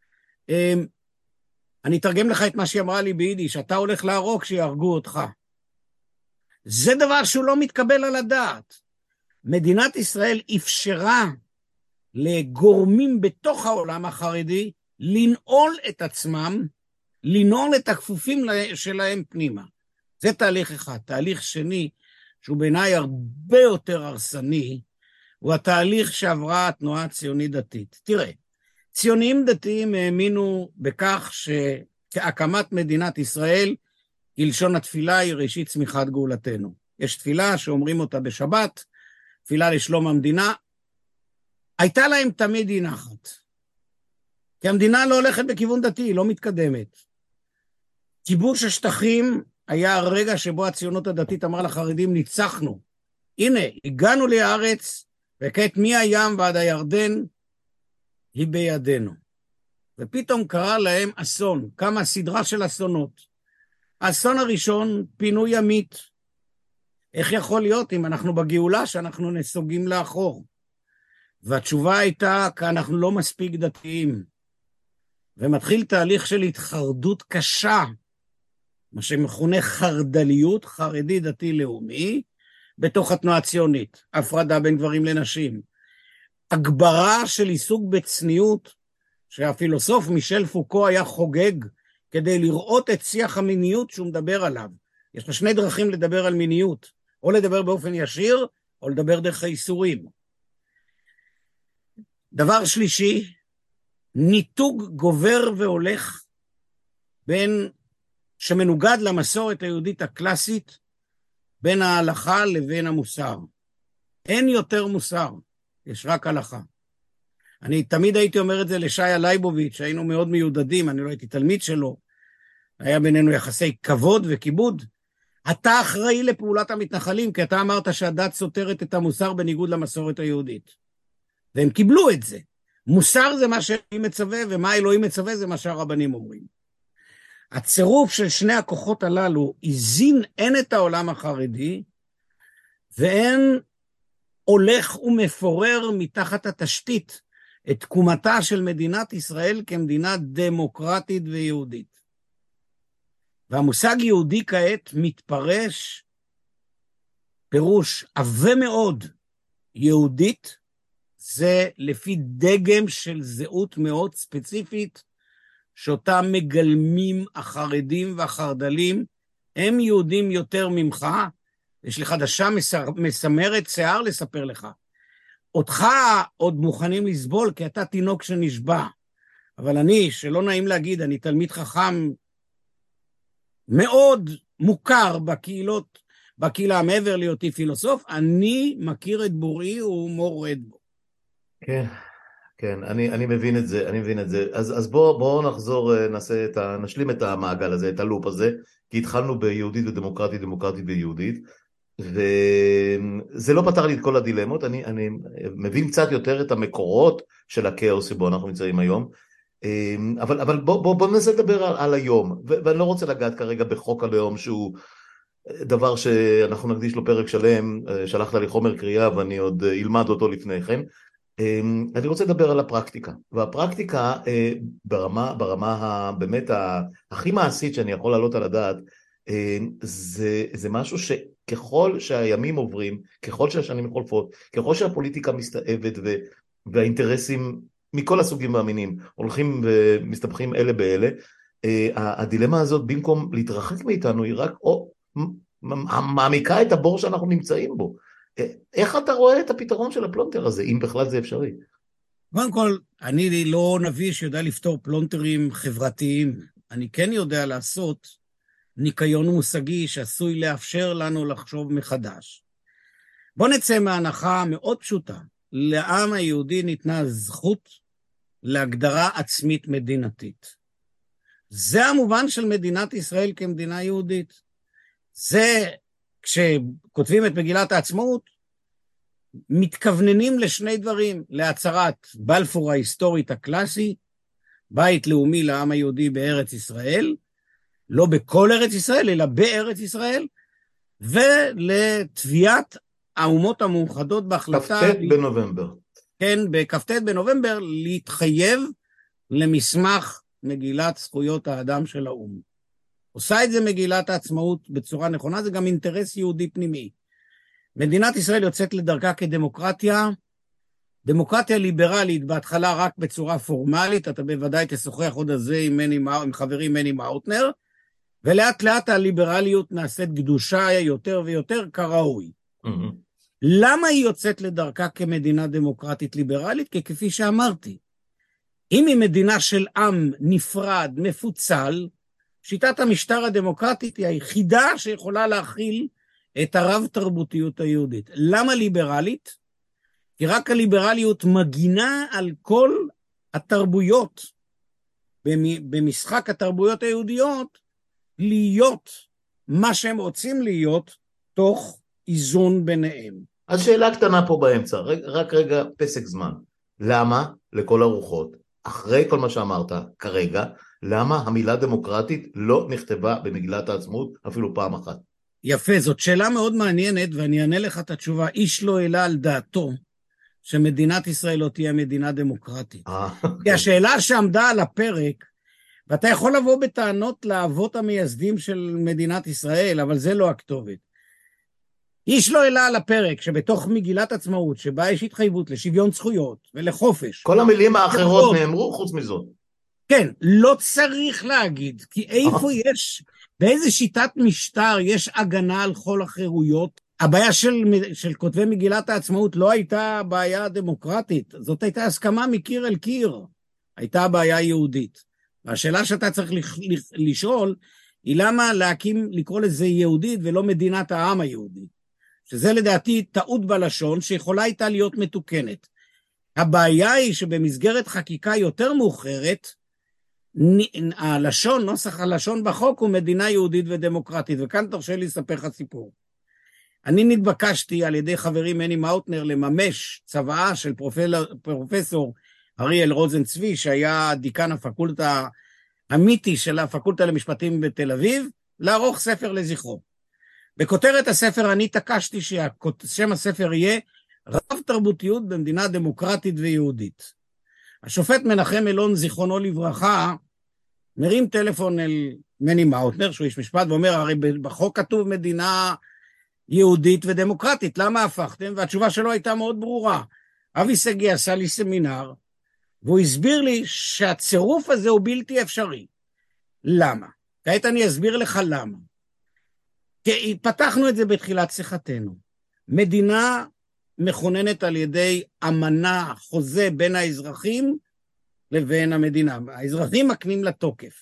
אני אתרגם לך את מה שהיא אמרה לי ביידיש, אתה הולך להרוג שיהרגו אותך. זה דבר שהוא לא מתקבל על הדעת. מדינת ישראל אפשרה לגורמים בתוך העולם החרדי לנעול את עצמם, לנעול את הכפופים שלהם פנימה. זה תהליך אחד. תהליך שני, שהוא בעיניי הרבה יותר הרסני, הוא התהליך שעברה התנועה הציונית דתית. תראה, ציונים דתיים האמינו בכך שהקמת מדינת ישראל, כלשון התפילה, היא ראשית צמיחת גאולתנו. יש תפילה שאומרים אותה בשבת, תפילה לשלום המדינה. הייתה להם תמיד היא נחת. כי המדינה לא הולכת בכיוון דתי, היא לא מתקדמת. כיבוש השטחים היה הרגע שבו הציונות הדתית אמרה לחרדים, ניצחנו. הנה, הגענו לארץ, וכעת מהים ועד הירדן, היא בידינו. ופתאום קרה להם אסון, כמה סדרה של אסונות. האסון הראשון, פינוי ימית. איך יכול להיות אם אנחנו בגאולה שאנחנו נסוגים לאחור? והתשובה הייתה, כי אנחנו לא מספיק דתיים. ומתחיל תהליך של התחרדות קשה, מה שמכונה חרדליות, חרדי דתי לאומי, בתוך התנועה הציונית. הפרדה בין גברים לנשים. הגברה של עיסוק בצניעות, שהפילוסוף מישל פוקו היה חוגג, כדי לראות את שיח המיניות שהוא מדבר עליו. יש לו שני דרכים לדבר על מיניות, או לדבר באופן ישיר, או לדבר דרך האיסורים. דבר שלישי, ניתוג גובר והולך בין שמנוגד למסורת היהודית הקלאסית, בין ההלכה לבין המוסר. אין יותר מוסר, יש רק הלכה. אני תמיד הייתי אומר את זה לשי לייבוביץ', שהיינו מאוד מיודדים, אני לא הייתי תלמיד שלו, היה בינינו יחסי כבוד וכיבוד. אתה אחראי לפעולת המתנחלים, כי אתה אמרת שהדת סותרת את המוסר בניגוד למסורת היהודית. והם קיבלו את זה. מוסר זה מה שאלוהים מצווה, ומה אלוהים מצווה זה מה שהרבנים אומרים. הצירוף של שני הכוחות הללו הזין הן את העולם החרדי, והן הולך ומפורר מתחת התשתית את תקומתה של מדינת ישראל כמדינה דמוקרטית ויהודית. והמושג יהודי כעת מתפרש פירוש עבה מאוד. יהודית זה לפי דגם של זהות מאוד ספציפית, שאותם מגלמים החרדים והחרדלים, הם יהודים יותר ממך, יש לי חדשה מסמרת שיער לספר לך. אותך עוד מוכנים לסבול, כי אתה תינוק שנשבע. אבל אני, שלא נעים להגיד, אני תלמיד חכם מאוד מוכר בקהילה מעבר להיותי פילוסוף, אני מכיר את בוראי ומורד בו. כן, כן, אני מבין את זה, אני מבין את זה. אז בואו נחזור, נשלים את המעגל הזה, את הלופ הזה, כי התחלנו ביהודית ודמוקרטית, דמוקרטית ויהודית, וזה לא פתר לי את כל הדילמות, אני מבין קצת יותר את המקורות של הכאוס שבו אנחנו נמצאים היום, אבל בואו ננסה לדבר על היום, ואני לא רוצה לגעת כרגע בחוק הלאום, שהוא דבר שאנחנו נקדיש לו פרק שלם, שלחת לי חומר קריאה ואני עוד אלמד אותו לפני כן. אני רוצה לדבר על הפרקטיקה, והפרקטיקה ברמה באמת הכי מעשית שאני יכול לעלות על הדעת, זה משהו שככל שהימים עוברים, ככל שהשנים חולפות, ככל שהפוליטיקה מסתאבת והאינטרסים מכל הסוגים והמינים הולכים ומסתבכים אלה באלה, הדילמה הזאת במקום להתרחק מאיתנו היא רק מעמיקה את הבור שאנחנו נמצאים בו. איך אתה רואה את הפתרון של הפלונטר הזה, אם בכלל זה אפשרי? קודם כל, אני לא נביא שיודע לפתור פלונטרים חברתיים. אני כן יודע לעשות ניקיון מושגי שעשוי לאפשר לנו לחשוב מחדש. בוא נצא מההנחה מאוד פשוטה. לעם היהודי ניתנה זכות להגדרה עצמית מדינתית. זה המובן של מדינת ישראל כמדינה יהודית. זה, כשכותבים את מגילת העצמאות, מתכווננים לשני דברים, להצהרת בלפור ההיסטורית הקלאסי, בית לאומי לעם היהודי בארץ ישראל, לא בכל ארץ ישראל, אלא בארץ ישראל, ולתביעת האומות המאוחדות בהחלטה, כ"ט בנובמבר. כן, בכ"ט בנובמבר, להתחייב למסמך מגילת זכויות האדם של האו"ם. עושה את זה מגילת העצמאות בצורה נכונה, זה גם אינטרס יהודי פנימי. מדינת ישראל יוצאת לדרכה כדמוקרטיה, דמוקרטיה ליברלית בהתחלה רק בצורה פורמלית, אתה בוודאי תשוחח עוד על זה עם חברי מני מאוטנר, ולאט לאט הליברליות נעשית קדושה יותר ויותר כראוי. למה היא יוצאת לדרכה כמדינה דמוקרטית ליברלית? כי כפי שאמרתי, אם היא מדינה של עם נפרד, מפוצל, שיטת המשטר הדמוקרטית היא היחידה שיכולה להכיל את הרב תרבותיות היהודית. למה ליברלית? כי רק הליברליות מגינה על כל התרבויות, במשחק התרבויות היהודיות, להיות מה שהם רוצים להיות, תוך איזון ביניהם. אז שאלה קטנה פה באמצע, רק רגע פסק זמן. למה לכל הרוחות, אחרי כל מה שאמרת כרגע, למה המילה דמוקרטית לא נכתבה במגילת העצמאות אפילו פעם אחת? יפה, זאת שאלה מאוד מעניינת, ואני אענה לך את התשובה. איש לא העלה על דעתו שמדינת ישראל לא תהיה מדינה דמוקרטית. כי השאלה שעמדה על הפרק, ואתה יכול לבוא בטענות לאבות המייסדים של מדינת ישראל, אבל זה לא הכתובת. איש לא העלה על הפרק שבתוך מגילת עצמאות, שבה יש התחייבות לשוויון זכויות ולחופש. כל המילים האחרות נאמרו חוץ מזאת. כן, לא צריך להגיד, כי איפה יש, באיזה שיטת משטר יש הגנה על כל החירויות? הבעיה של כותבי מגילת העצמאות לא הייתה בעיה דמוקרטית, זאת הייתה הסכמה מקיר אל קיר, הייתה בעיה יהודית. והשאלה שאתה צריך לשאול, היא למה לקרוא לזה יהודית ולא מדינת העם היהודי? שזה לדעתי טעות בלשון שיכולה הייתה להיות מתוקנת. הבעיה היא שבמסגרת חקיקה יותר מאוחרת, נוסח הלשון בחוק הוא מדינה יהודית ודמוקרטית, וכאן תרשה לי לספר לך סיפור. אני נתבקשתי על ידי חברי מני מאוטנר לממש צוואה של פרופסור אריאל רוזנצבי, שהיה דיקן הפקולטה המיתי של הפקולטה למשפטים בתל אביב, לערוך ספר לזכרו. בכותרת הספר אני התעקשתי ששם הספר יהיה רב תרבותיות במדינה דמוקרטית ויהודית. השופט מנחם אלון זיכרונו לברכה מרים טלפון אל מני מאוטנר, שהוא איש משפט, ואומר, הרי בחוק כתוב מדינה יהודית ודמוקרטית, למה הפכתם? והתשובה שלו הייתה מאוד ברורה. אבי סגי עשה לי סמינר, והוא הסביר לי שהצירוף הזה הוא בלתי אפשרי. למה? כעת אני אסביר לך למה. כי פתחנו את זה בתחילת שיחתנו. מדינה מכוננת על ידי אמנה, חוזה בין האזרחים לבין המדינה. האזרחים מקנים לה תוקף.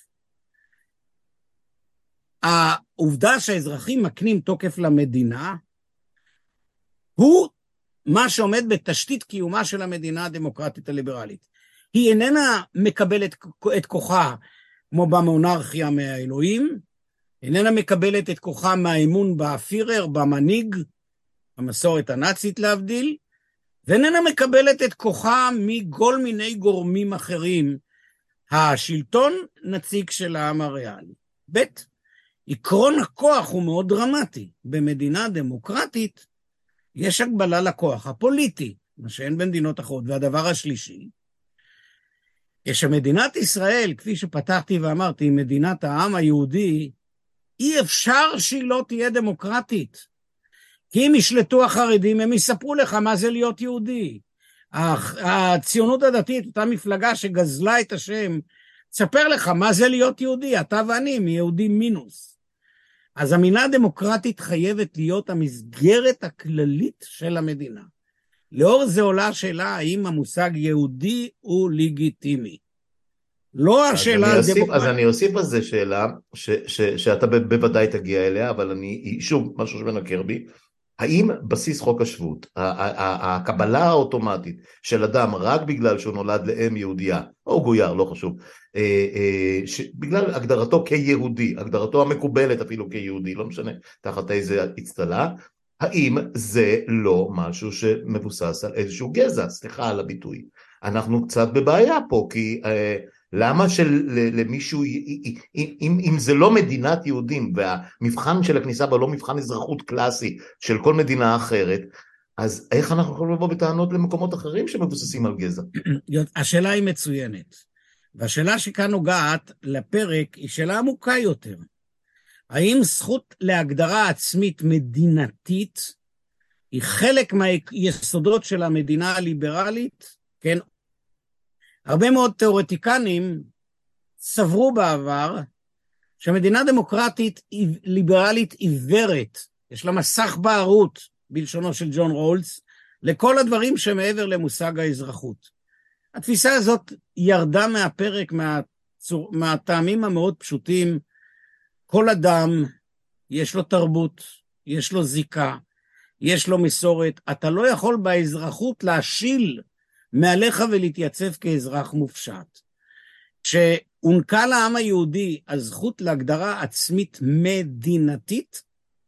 העובדה שהאזרחים מקנים תוקף למדינה, הוא מה שעומד בתשתית קיומה של המדינה הדמוקרטית הליברלית. היא איננה מקבלת את כוחה כמו במונרכיה מהאלוהים, איננה מקבלת את כוחה מהאמון בפירר, במנהיג, המסורת הנאצית להבדיל, ואיננה מקבלת את כוחה מכל מיני גורמים אחרים. השלטון נציג של העם הריאלי. ב' עקרון הכוח הוא מאוד דרמטי. במדינה דמוקרטית יש הגבלה לכוח הפוליטי, מה שאין במדינות אחרות. והדבר השלישי, כשמדינת ישראל, כפי שפתחתי ואמרתי, היא מדינת העם היהודי, אי אפשר שהיא לא תהיה דמוקרטית. כי אם ישלטו החרדים, הם יספרו לך מה זה להיות יהודי. הציונות הדתית, אותה מפלגה שגזלה את השם, תספר לך מה זה להיות יהודי, אתה ואני, מיהודים מינוס. אז המילה דמוקרטית חייבת להיות המסגרת הכללית של המדינה. לאור זה עולה השאלה, האם המושג יהודי הוא לגיטימי. לא השאלה על דמוקרטיה. אז אני אוסיף על זה שאלה, שאתה בוודאי תגיע אליה, אבל אני, שוב, משהו שמנקר בי, האם בסיס חוק השבות, הקבלה האוטומטית של אדם רק בגלל שהוא נולד לאם יהודייה, או גויר, לא חשוב, בגלל הגדרתו כיהודי, הגדרתו המקובלת אפילו כיהודי, לא משנה תחת איזה הצטלה, האם זה לא משהו שמבוסס על איזשהו גזע, סליחה על הביטוי. אנחנו קצת בבעיה פה, כי למה למישהו, אם זה לא מדינת יהודים, והמבחן של הכניסה בה לא מבחן אזרחות קלאסי של כל מדינה אחרת, אז איך אנחנו יכולים לבוא בטענות למקומות אחרים שמבוססים על גזע? השאלה היא מצוינת. והשאלה שכאן נוגעת לפרק היא שאלה עמוקה יותר. האם זכות להגדרה עצמית מדינתית היא חלק מהיסודות של המדינה הליברלית? כן. הרבה מאוד תיאורטיקנים סברו בעבר שהמדינה דמוקרטית ליברלית עיוורת, יש לה מסך בערות, בלשונו של ג'ון רולס, לכל הדברים שמעבר למושג האזרחות. התפיסה הזאת ירדה מהפרק מהטעמים המאוד פשוטים. כל אדם יש לו תרבות, יש לו זיקה, יש לו מסורת. אתה לא יכול באזרחות להשיל מעליך ולהתייצב כאזרח מופשט. כשהונקה לעם היהודי הזכות להגדרה עצמית מדינתית,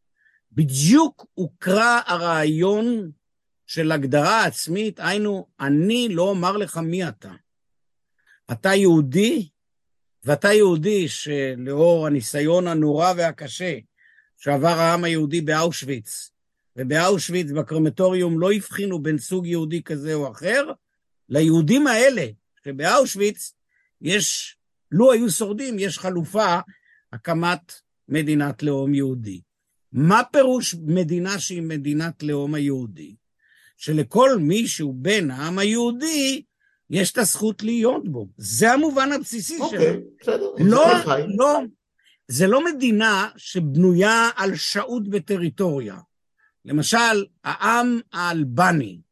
בדיוק הוקרא הרעיון של הגדרה עצמית, היינו, אני לא אומר לך מי אתה. אתה יהודי, ואתה יהודי שלאור הניסיון הנורא והקשה שעבר העם היהודי באושוויץ, ובאושוויץ בקרמטוריום לא הבחינו בין סוג יהודי כזה או אחר, ליהודים האלה שבאושוויץ יש, לו היו שורדים, יש חלופה, הקמת מדינת לאום יהודי. מה פירוש מדינה שהיא מדינת לאום היהודי? שלכל מי שהוא בן העם היהודי, יש את הזכות להיות בו. זה המובן הבסיסי שלו. בסדר. לא, זה לא מדינה שבנויה על שהות בטריטוריה. למשל, העם האלבני,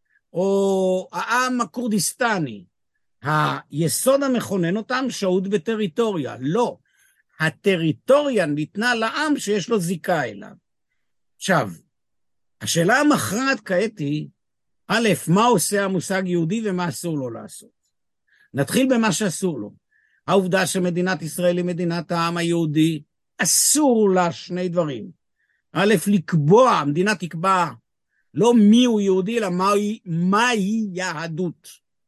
או העם הקורדיסטני, היסוד המכונן אותם שהות בטריטוריה. לא. הטריטוריה ניתנה לעם שיש לו זיקה אליו. עכשיו, השאלה המכרעת כעת היא, א', מה עושה המושג יהודי ומה אסור לו לעשות? נתחיל במה שאסור לו. העובדה שמדינת ישראל היא מדינת העם היהודי, אסור לה שני דברים. א', לקבוע, המדינה תקבע לא מי הוא יהודי, אלא מהי יהדות.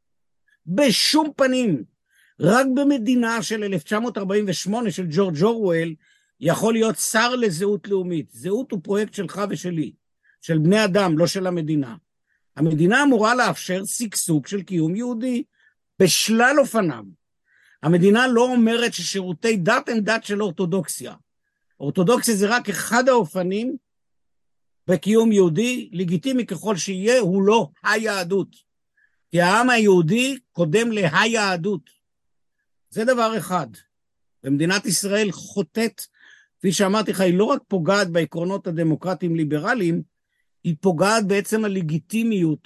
בשום פנים, רק במדינה של 1948 של ג'ורג' אורוול, יכול להיות שר לזהות לאומית. זהות הוא פרויקט שלך ושלי, של בני אדם, לא של המדינה. המדינה אמורה לאפשר סגסוג של קיום יהודי בשלל אופניו. המדינה לא אומרת ששירותי דת הם דת של אורתודוקסיה. אורתודוקסיה זה רק אחד האופנים בקיום יהודי, לגיטימי ככל שיהיה, הוא לא היהדות. כי העם היהודי קודם להיהדות. זה דבר אחד. ומדינת ישראל חוטאת, כפי שאמרתי לך, היא לא רק פוגעת בעקרונות הדמוקרטיים ליברליים, היא פוגעת בעצם הלגיטימיות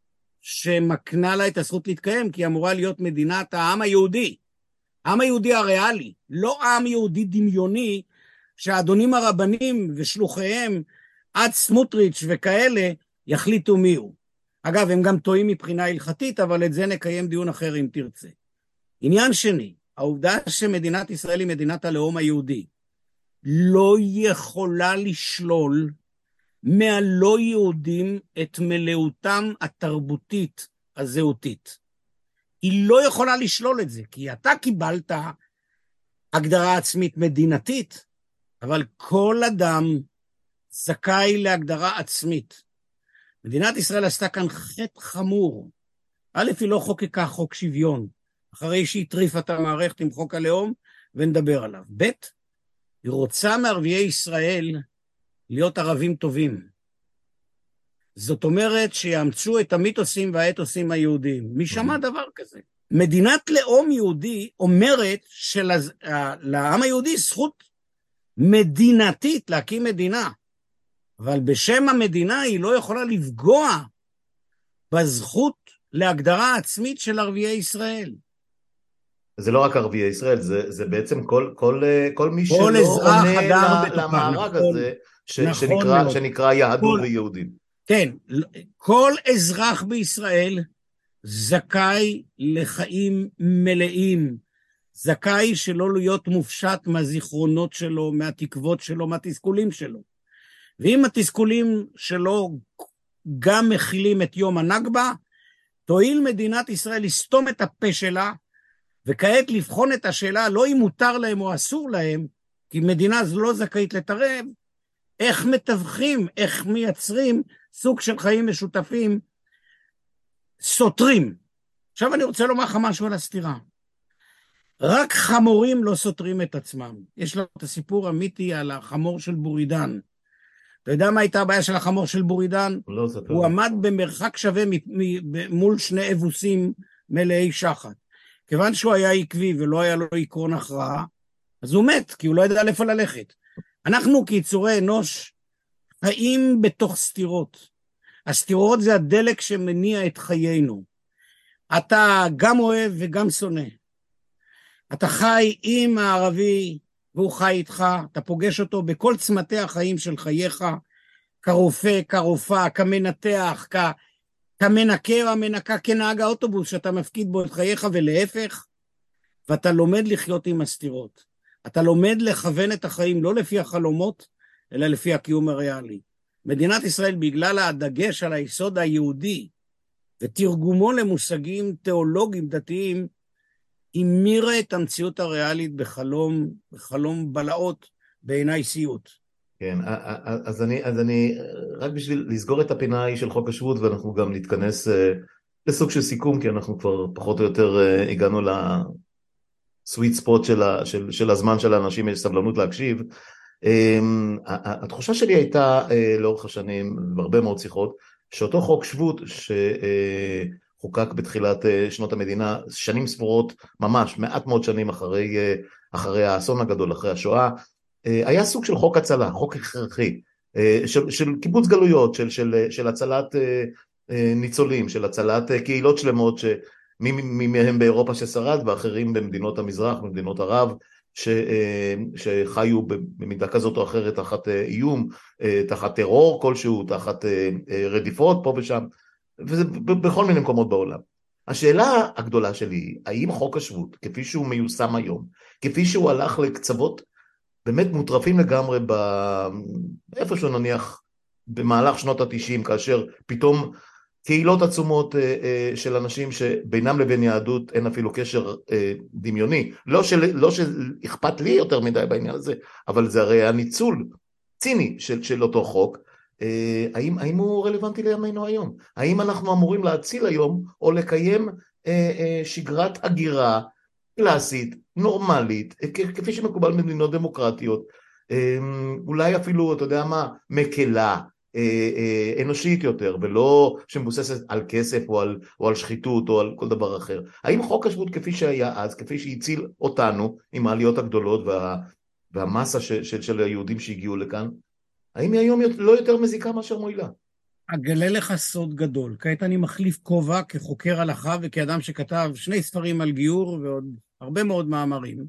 שמקנה לה את הזכות להתקיים, כי היא אמורה להיות מדינת העם היהודי. העם היהודי הריאלי, לא עם יהודי דמיוני, שהאדונים הרבנים ושלוחיהם, עד סמוטריץ' וכאלה, יחליטו מי הוא. אגב, הם גם טועים מבחינה הלכתית, אבל את זה נקיים דיון אחר אם תרצה. עניין שני, העובדה שמדינת ישראל היא מדינת הלאום היהודי, לא יכולה לשלול מהלא יהודים את מלאותם התרבותית הזהותית. היא לא יכולה לשלול את זה, כי אתה קיבלת הגדרה עצמית מדינתית, אבל כל אדם זכאי להגדרה עצמית. מדינת ישראל עשתה כאן חטא חמור. א', היא לא חוקקה חוק שוויון, אחרי שהיא טריפה את המערכת עם חוק הלאום, ונדבר עליו. ב', היא רוצה מערביי ישראל להיות ערבים טובים. זאת אומרת שיאמצו את המיתוסים והאתוסים היהודיים. מי שמע דבר כזה? מדינת לאום יהודי אומרת שלעם היהודי זכות מדינתית להקים מדינה, אבל בשם המדינה היא לא יכולה לפגוע בזכות להגדרה עצמית של ערביי ישראל. זה לא רק ערביי ישראל, זה בעצם כל מי שלא עונה למארג הזה, שנקרא יהדות ויהודים. כן, כל אזרח בישראל זכאי לחיים מלאים, זכאי שלא להיות מופשט מהזיכרונות שלו, מהתקוות שלו, מהתסכולים שלו. ואם התסכולים שלו גם מכילים את יום הנכבה, תועיל מדינת ישראל לסתום את הפה שלה וכעת לבחון את השאלה לא אם מותר להם או אסור להם, כי מדינה זו לא זכאית להתערב, איך מתווכים, איך מייצרים סוג של חיים משותפים סותרים. עכשיו אני רוצה לומר לך משהו על הסתירה. רק חמורים לא סותרים את עצמם. יש לנו את הסיפור אמיתי על החמור של בורידן. אתה יודע מה הייתה הבעיה של החמור של בורידן? לא ספר. הוא עמד במרחק שווה מול שני אבוסים מלאי שחת. כיוון שהוא היה עקבי ולא היה לו עקרון הכרעה, אז הוא מת, כי הוא לא ידע לאיפה ללכת. אנחנו כיצורי אנוש חיים בתוך סתירות. הסתירות זה הדלק שמניע את חיינו. אתה גם אוהב וגם שונא. אתה חי עם הערבי והוא חי איתך, אתה פוגש אותו בכל צמתי החיים של חייך, כרופא, כרופאה, כמנתח, כמנקה או המנקה, כנהג האוטובוס שאתה מפקיד בו את חייך ולהפך, ואתה לומד לחיות עם הסתירות. אתה לומד לכוון את החיים לא לפי החלומות, אלא לפי הקיום הריאלי. מדינת ישראל, בגלל הדגש על היסוד היהודי, ותרגומו למושגים תיאולוגיים דתיים, המירה את המציאות הריאלית בחלום בלעות, בעיניי סיוט. כן, אז אני, רק בשביל לסגור את הפינה של חוק השבות, ואנחנו גם נתכנס לסוג של סיכום, כי אנחנו כבר פחות או יותר הגענו לסוויט ספוט של הזמן של האנשים, יש סבלנות להקשיב. התחושה שלי הייתה לאורך השנים, בהרבה מאוד שיחות, שאותו חוק שבות שחוקק בתחילת שנות המדינה, שנים ספורות, ממש מעט מאוד שנים אחרי האסון הגדול, אחרי השואה, היה סוג של חוק הצלה, חוק הכרחי, של קיבוץ גלויות, של הצלת ניצולים, של הצלת קהילות שלמות, מי מהם באירופה ששרד, ואחרים במדינות המזרח, במדינות ערב, שחיו במידה כזאת או אחרת תחת איום, תחת טרור כלשהו, תחת רדיפות פה ושם, וזה בכל מיני מקומות בעולם. השאלה הגדולה שלי היא, האם חוק השבות, כפי שהוא מיושם היום, כפי שהוא הלך לקצוות באמת מוטרפים לגמרי, איפשהו נניח במהלך שנות ה-90, כאשר פתאום קהילות עצומות של אנשים שבינם לבין יהדות אין אפילו קשר דמיוני, לא שאכפת לי יותר מדי בעניין הזה, אבל זה הרי הניצול ציני של אותו חוק. האם הוא רלוונטי לימינו היום? האם אנחנו אמורים להציל היום או לקיים שגרת הגירה קלאסית, נורמלית, כפי שמקובל במדינות דמוקרטיות, אולי אפילו, אתה יודע מה, מקלה, אנושית יותר, ולא שמבוססת על כסף או על שחיתות או על כל דבר אחר. האם חוק השבות כפי שהיה אז, כפי שהציל אותנו עם העליות הגדולות והמסה של היהודים שהגיעו לכאן, האם היא היום לא יותר מזיקה מאשר מועילה? אגלה לך סוד גדול. כעת אני מחליף כובע כחוקר הלכה וכאדם שכתב 2 ספרים על גיור ועוד הרבה מאוד מאמרים.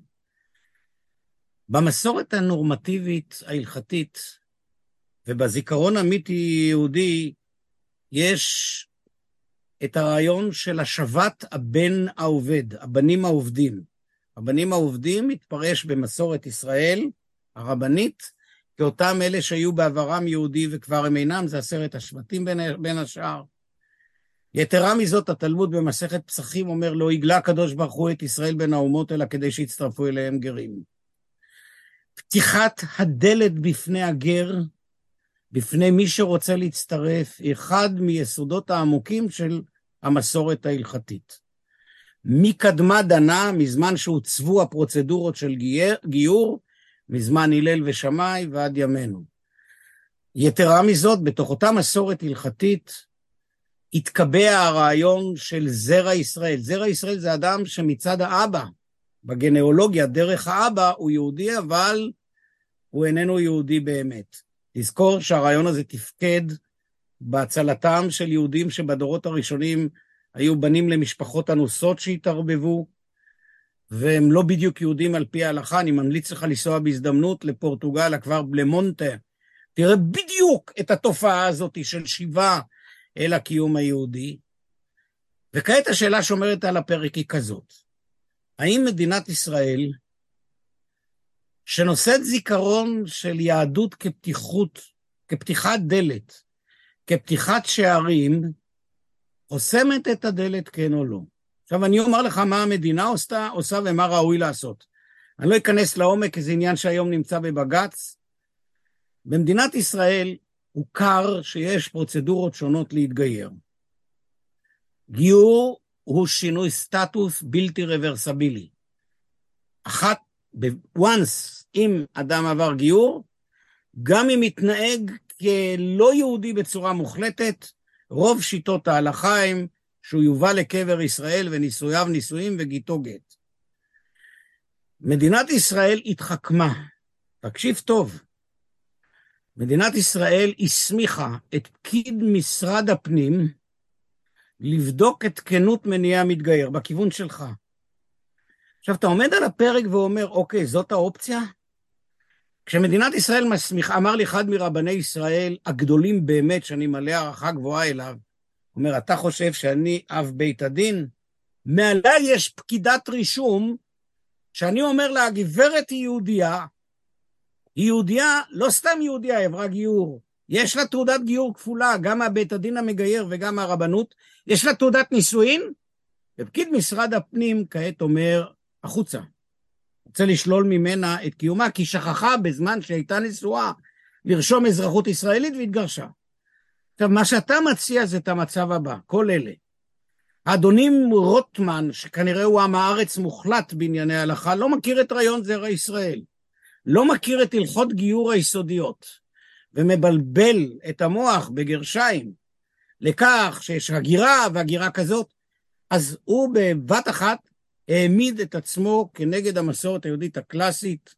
במסורת הנורמטיבית ההלכתית ובזיכרון אמיתי יהודי יש את הרעיון של השבת הבן העובד, הבנים העובדים. הבנים העובדים מתפרש במסורת ישראל הרבנית, כאותם אלה שהיו בעברם יהודי וכבר הם אינם, זה 10 השבטים בין השאר. יתרה מזאת, התלמוד במסכת פסחים אומר, לא יגלה הקדוש ברוך הוא את ישראל בין האומות, אלא כדי שיצטרפו אליהם גרים. פתיחת הדלת בפני הגר, בפני מי שרוצה להצטרף, היא אחד מיסודות העמוקים של המסורת ההלכתית. מקדמה דנה, מזמן שהוצבו הפרוצדורות של גיור, מזמן הלל ושמאי ועד ימינו. יתרה מזאת, בתוך אותה מסורת הלכתית, התקבע הרעיון של זרע ישראל. זרע ישראל זה אדם שמצד האבא, בגנאולוגיה, דרך האבא, הוא יהודי, אבל הוא איננו יהודי באמת. תזכור שהרעיון הזה תפקד בהצלתם של יהודים שבדורות הראשונים היו בנים למשפחות אנוסות שהתערבבו, והם לא בדיוק יהודים על פי ההלכה. אני ממליץ לך לנסוע בהזדמנות לפורטוגל, כבר בלמונטה. תראה בדיוק את התופעה הזאת של שיבה אל הקיום היהודי. וכעת השאלה שאומרת על הפרק היא כזאת. האם מדינת ישראל, שנושאת זיכרון של יהדות כפתיחת דלת, כפתיחת שערים, חוסמת את הדלת כן או לא? עכשיו אני אומר לך מה המדינה עושה ומה ראוי לעשות. אני לא אכנס לעומק, כי זה עניין שהיום נמצא בבג"ץ. במדינת ישראל הוכר שיש פרוצדורות שונות להתגייר. גיור הוא שינוי סטטוס בלתי רוורסבילי. אחת, once אם אדם עבר גיור, גם אם מתנהג כלא יהודי בצורה מוחלטת, רוב שיטות ההלכה הם שהוא יובא לקבר ישראל ונישואיו נישואים וגיתו גט. מדינת ישראל התחכמה, תקשיב טוב, מדינת ישראל הסמיכה את פקיד משרד הפנים לבדוק את כנות מניעי המתגייר בכיוון שלך. עכשיו אתה עומד על הפרק ואומר, אוקיי, זאת האופציה? כשמדינת ישראל מסמיכה, אמר לי אחד מרבני ישראל הגדולים באמת, שאני מלא הערכה גבוהה אליו, אומר, אתה חושב שאני אב בית הדין? מעליי יש פקידת רישום, שאני אומר לה, הגברת היא יהודייה, היא יהודייה, לא סתם יהודייה, היא עברה גיור, יש לה תעודת גיור כפולה, גם מהבית הדין המגייר וגם מהרבנות, יש לה תעודת נישואין, ופקיד משרד הפנים כעת אומר, החוצה. רוצה לשלול ממנה את קיומה, כי שכחה בזמן שהייתה נשואה לרשום אזרחות ישראלית והתגרשה. עכשיו, מה שאתה מציע זה את המצב הבא, כל אלה. האדונים רוטמן, שכנראה הוא עם הארץ מוחלט בענייני ההלכה, לא מכיר את רעיון זרע ישראל, לא מכיר את הלכות גיור היסודיות, ומבלבל את המוח בגרשיים, לכך שיש הגירה והגירה כזאת, אז הוא בבת אחת העמיד את עצמו כנגד המסורת היהודית הקלאסית,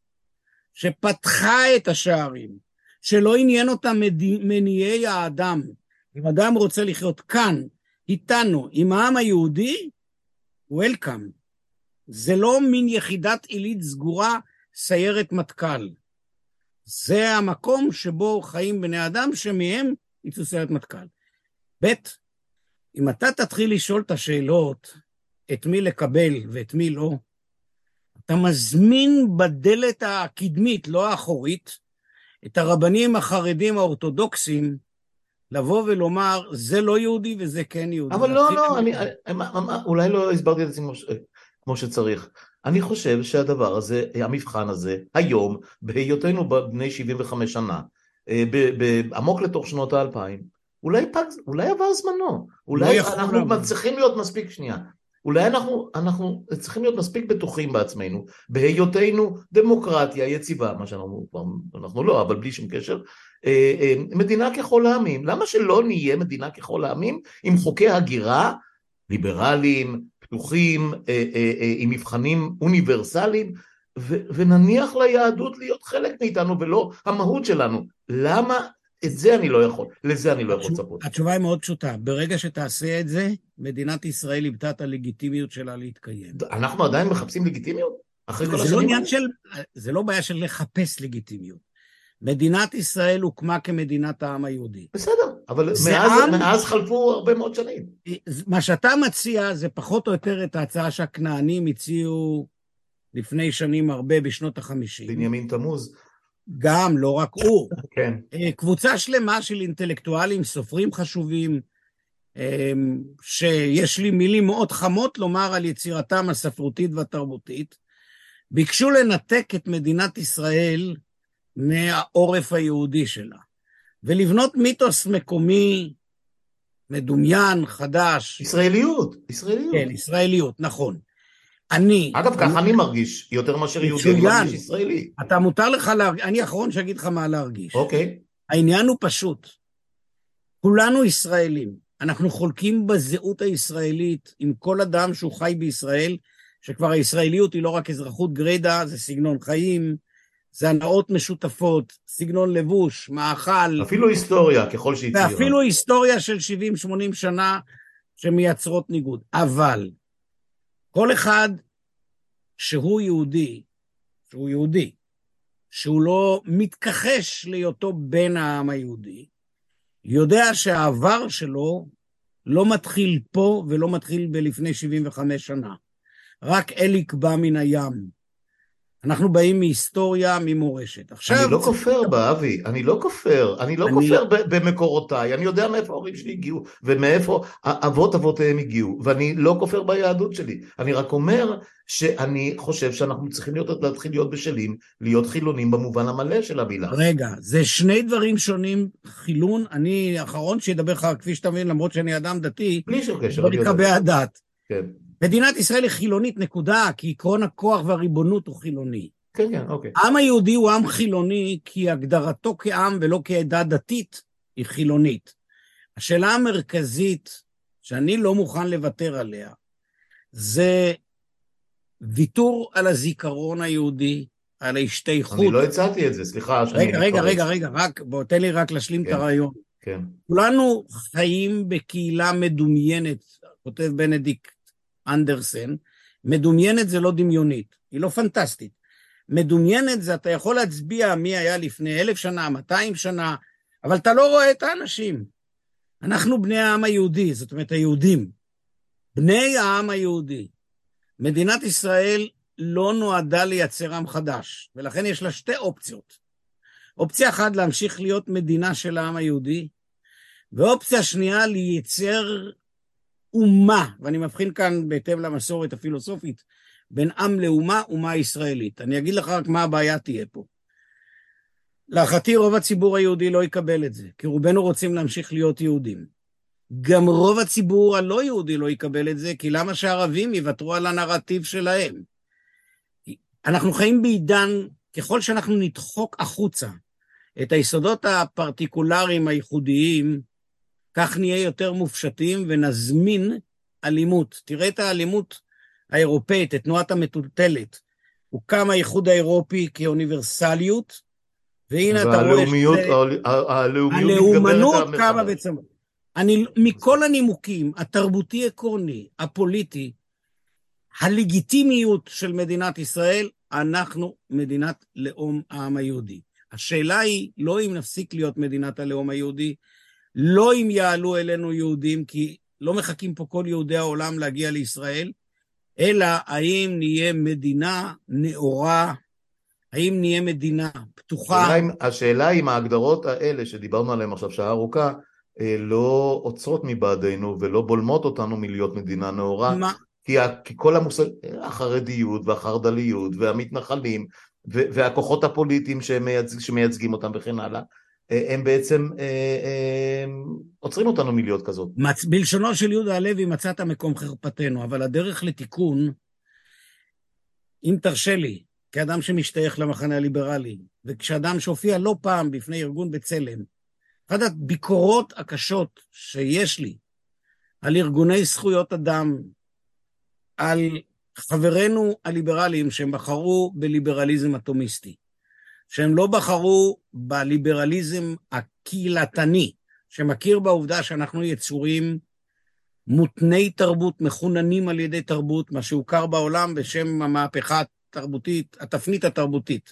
שפתחה את השערים, שלא עניין אותה מניעי האדם. אם אדם רוצה לחיות כאן, איתנו, עם העם היהודי, welcome. זה לא מין יחידת עילית סגורה, סיירת מטכ"ל. זה המקום שבו חיים בני אדם שמהם יצאו סיירת מטכ"ל. ב', אם אתה תתחיל לשאול את השאלות, את מי לקבל ואת מי לא, אתה מזמין בדלת הקדמית, לא האחורית, את הרבנים החרדים האורתודוקסים, לבוא ולומר, זה לא יהודי וזה כן יהודי. אבל לא, אולי לא הסברתי את זה כמו שצריך. אני חושב שהדבר הזה, המבחן הזה, היום, בהיותנו בני 75 שנה, עמוק לתוך שנות ה-2000, אולי עבר זמנו, אולי אנחנו צריכים להיות מספיק שנייה. אולי אנחנו צריכים להיות מספיק בטוחים בעצמנו, בהיותנו דמוקרטיה יציבה, מה שאנחנו לא, אבל בלי שום קשר, מדינה ככל העמים. למה שלא נהיה מדינה ככל העמים עם חוקי הגירה, ליברליים, פתוחים, עם מבחנים אוניברסליים, ונניח ליהדות להיות חלק מאיתנו ולא המהות שלנו? למה? את זה אני לא יכול, לזה אני לא יכול לצפות. התשובה היא מאוד פשוטה, ברגע שתעשה את זה, מדינת ישראל איבדה את הלגיטימיות שלה להתקיים. אנחנו עדיין מחפשים לגיטימיות? זה לא בעיה של לחפש לגיטימיות. מדינת ישראל הוקמה כמדינת העם היהודי. בסדר, אבל מאז חלפו הרבה מאוד שנים. מה שאתה מציע זה פחות או יותר את ההצעה שהכנענים הציעו לפני שנים הרבה בשנות ה-50. בנימין תמוז. גם, לא רק הוא. כן. קבוצה שלמה של אינטלקטואלים, סופרים חשובים, שיש לי מילים מאוד חמות לומר על יצירתם הספרותית והתרבותית, ביקשו לנתק את מדינת ישראל מהעורף היהודי שלה, ולבנות מיתוס מקומי, מדומיין, חדש. ישראליות. כן, ישראליות, נכון. אגב, ככה אני מרגיש, יותר מאשר יהודי, אני מרגיש ישראלי. אתה מותר לך להרגיש, אני האחרון שאגיד לך מה להרגיש. אוקיי. העניין הוא פשוט. כולנו ישראלים, אנחנו חולקים בזהות הישראלית עם כל אדם שהוא חי בישראל, שכבר הישראליות היא לא רק אזרחות גרידא, זה סגנון חיים, זה הנאות משותפות, סגנון לבוש, מאכל. אפילו היסטוריה, ככל שהצהירה. ואפילו היסטוריה של 70-80 שנה שמייצרות ניגוד. אבל כל אחד שהוא יהודי, שהוא לא מתכחש להיותו בן העם היהודי, יודע שהעבר שלו לא מתחיל פה ולא מתחיל בלפני 75 שנה. רק אליק בא מן הים. אנחנו באים מהיסטוריה, ממורשת. עכשיו... אני לא כופר בה, אבי, אני לא כופר אני... במקורותיי, אני יודע מאיפה ההורים שלי הגיעו, ומאיפה אבות אבותיהם הגיעו, ואני לא כופר ביהדות שלי, אני רק אומר שאני חושב שאנחנו צריכים להתחיל להיות בשלים, להיות חילונים במובן המלא של המילה. רגע, זה שני דברים שונים, חילון, אני האחרון שידבר לך, כפי שאתה מבין, למרות שאני אדם דתי, בלי שום קשר, לא אני יודע. לקבע הדת. כן. מדינת ישראל היא חילונית, נקודה, כי עקרון הכוח והריבונות הוא חילוני. כן, כן, אוקיי. העם היהודי הוא עם חילוני, כי הגדרתו כעם ולא כעדה דתית היא חילונית. השאלה המרכזית, שאני לא מוכן לוותר עליה, זה ויתור על הזיכרון היהודי, על ההשתייכות. אני לא הצעתי את זה, סליחה שאני מתפרץ. רגע, בוא תן לי רק להשלים את הרעיון. כן. כולנו חיים בקהילה מדומיינת, כותב בנדיקט אנדרסן, מדומיינת זה לא דמיונית, היא לא פנטסטית. מדומיינת זה אתה יכול להצביע מי היה לפני 1,000 שנה, 200 שנה, אבל אתה לא רואה את האנשים. אנחנו בני העם היהודי, זאת אומרת היהודים, בני העם היהודי. מדינת ישראל לא נועדה לייצר עם חדש, ולכן יש לה שתי אופציות. אופציה אחת להמשיך להיות מדינה של העם היהודי, ואופציה שנייה לייצר אומה, ואני מבחין כאן בהתאם למסורת הפילוסופית, בין עם לאומה, אומה ישראלית. אני אגיד לך רק מה הבעיה תהיה פה. להערכתי רוב הציבור היהודי לא יקבל את זה, כי רובנו רוצים להמשיך להיות יהודים. גם רוב הציבור הלא יהודי לא יקבל את זה, כי למה שהערבים יוותרו על הנרטיב שלהם? אנחנו חיים בעידן, ככל שאנחנו נדחוק החוצה את היסודות הפרטיקולריים הייחודיים, כך נהיה יותר מופשטים ונזמין אלימות. תראה את האלימות האירופאית, את תנועת המטוטלת. הוקם האיחוד האירופי כאוניברסליות, והנה אתה רואה שזה... הלאומנות קמה וצמחה. מכל הנימוקים, התרבותי עקרוני, הפוליטי, הלגיטימיות של מדינת ישראל, אנחנו מדינת לאום העם היהודי. השאלה היא לא אם נפסיק להיות מדינת הלאום היהודי, לא אם יעלו אלינו יהודים, כי לא מחכים פה כל יהודי העולם להגיע לישראל, אלא האם נהיה מדינה נאורה, האם נהיה מדינה פתוחה. השאלה אם ההגדרות האלה שדיברנו עליהן עכשיו שעה ארוכה, לא עוצרות מבעדנו ולא בולמות אותנו מלהיות מדינה נאורה, כי כל המושג, החרדיות והחרדליות והמתנחלים והכוחות הפוליטיים שמייצגים אותם וכן הלאה, הם בעצם עוצרים אותנו מלהיות כזאת. בלשונו של יהודה הלוי מצאת מקום חרפתנו, אבל הדרך לתיקון, אם תרשה לי, כאדם שמשתייך למחנה הליברלי, וכשאדם שהופיע לא פעם בפני ארגון בצלם, אחת הביקורות הקשות שיש לי על ארגוני זכויות אדם, על חברינו הליברליים שהם בחרו בליברליזם אטומיסטי, שהם לא בחרו בליברליזם הקהילתני, שמכיר בעובדה שאנחנו יצורים מותני תרבות, מחוננים על ידי תרבות, מה שהוכר בעולם בשם המהפכה התרבותית, התפנית התרבותית.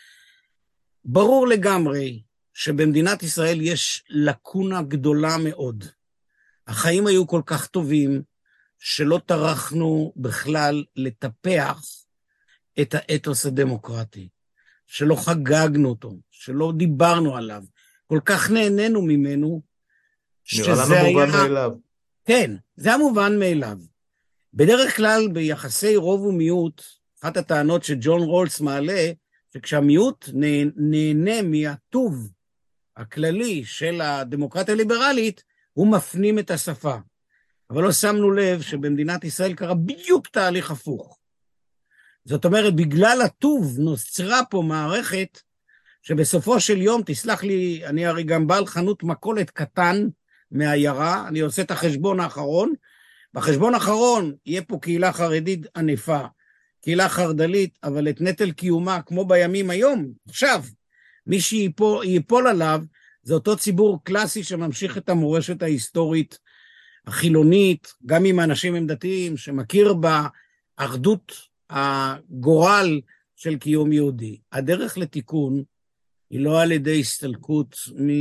ברור לגמרי שבמדינת ישראל יש לקונה גדולה מאוד. החיים היו כל כך טובים, שלא טרחנו בכלל לטפח את האתוס הדמוקרטי, שלא חגגנו אותו, שלא דיברנו עליו, כל כך נהנינו ממנו, נראה לנו מובן מאליו. כן, זה המובן מאליו. בדרך כלל ביחסי רוב ומיעוט, אחת הטענות שג'ון רולס מעלה, שכשהמיעוט נהנה מהטוב הכללי של הדמוקרטיה הליברלית, הוא מפנים את השפה. אבל לא שמנו לב שבמדינת ישראל קרה בדיוק תהליך הפוך. זאת אומרת, בגלל הטוב נוצרה פה מערכת, שבסופו של יום, תסלח לי, אני הרי גם בעל חנות מכולת קטן מהעיירה, אני עושה את החשבון האחרון, בחשבון האחרון יהיה פה קהילה חרדית ענפה, קהילה חרדלית, אבל את נטל קיומה, כמו בימים היום, עכשיו, מי שיפול עליו, זה אותו ציבור קלאסי שממשיך את המורשת ההיסטורית החילונית, גם אם האנשים הם דתיים, שמכיר באחדות הגורל של קיום יהודי. הדרך לתיקון היא לא על ידי הסתלקות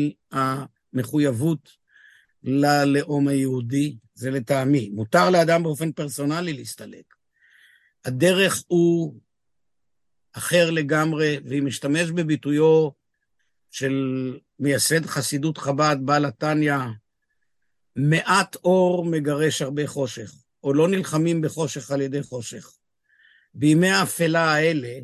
מהמחויבות ללאום היהודי, זה לטעמי. מותר לאדם באופן פרסונלי להסתלק. הדרך הוא אחר לגמרי, והיא משתמש בביטויו של מייסד חסידות חב"ד, בעל התניא, מעט אור מגרש הרבה חושך, או לא נלחמים בחושך על ידי חושך. בימי האפלה האלה,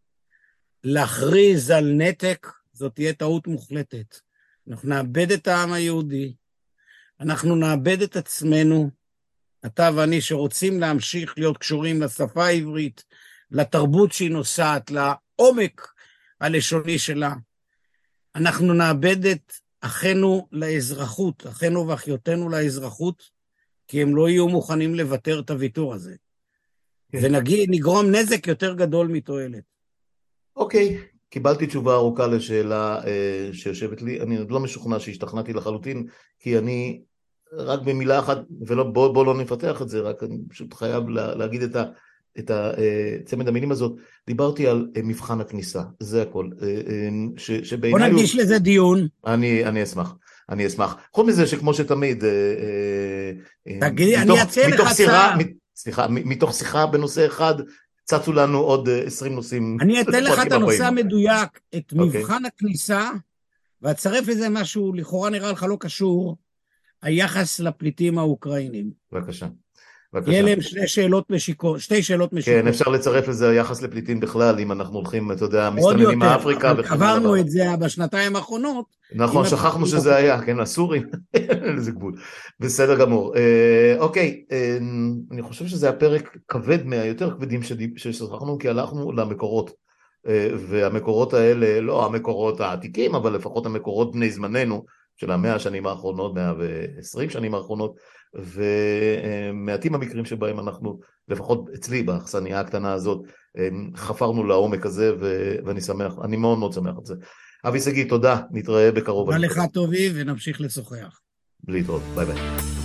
להכריז על נתק, זאת תהיה טעות מוחלטת. אנחנו נאבד את העם היהודי, אנחנו נאבד את עצמנו, אתה ואני שרוצים להמשיך להיות קשורים לשפה העברית, לתרבות שהיא נוסעת, לעומק הלשוני שלה. אנחנו נאבד את אחינו לאזרחות, אחינו ואחיותינו לאזרחות, כי הם לא יהיו מוכנים לוותר את הוויתור הזה. ונגרום נזק יותר גדול מתועלת. אוקיי, קיבלתי תשובה ארוכה לשאלה שיושבת לי, אני עוד לא משוכנע שהשתכנעתי לחלוטין, כי אני רק במילה אחת, ובוא לא נפתח את זה, רק אני פשוט חייב להגיד את צמד המילים הזאת, דיברתי על מבחן הכניסה, זה הכל. בוא נקדיש לזה דיון. אני אשמח. חוץ מזה שכמו שתמיד, תגיד, אני אציע לך הצעה. סליחה, מתוך שיחה בנושא אחד, צצו לנו עוד 20 נושאים. אני אתן לך את הנושא המדויק, את מבחן הכניסה, ואצרף לזה משהו, לכאורה נראה לך לא קשור, היחס לפליטים האוקראינים. בבקשה. יהיה להם שתי שאלות משיקות. כן, אפשר לצרף לזה היחס לפליטים בכלל, אם אנחנו הולכים, אתה יודע, מסתננים מאפריקה. עברנו את זה בשנתיים האחרונות. נכון, שכחנו שזה היה, כן, הסורים, אין לזה גבול. בסדר גמור. אוקיי, אני חושב שזה הפרק כבד מהיותר כבדים ששכחנו, כי הלכנו למקורות. והמקורות האלה, לא המקורות העתיקים, אבל לפחות המקורות בני זמננו, של 100 השנים האחרונות, 120 שנים האחרונות, ומעטים המקרים שבהם אנחנו, לפחות אצלי באכסניה הקטנה הזאת, חפרנו לעומק הזה, ואני שמח, אני מאוד מאוד שמח על זה. אבי שגיא, תודה, נתראה בקרוב. תודה לך טובי, ונמשיך לשוחח. להתראות, ביי ביי.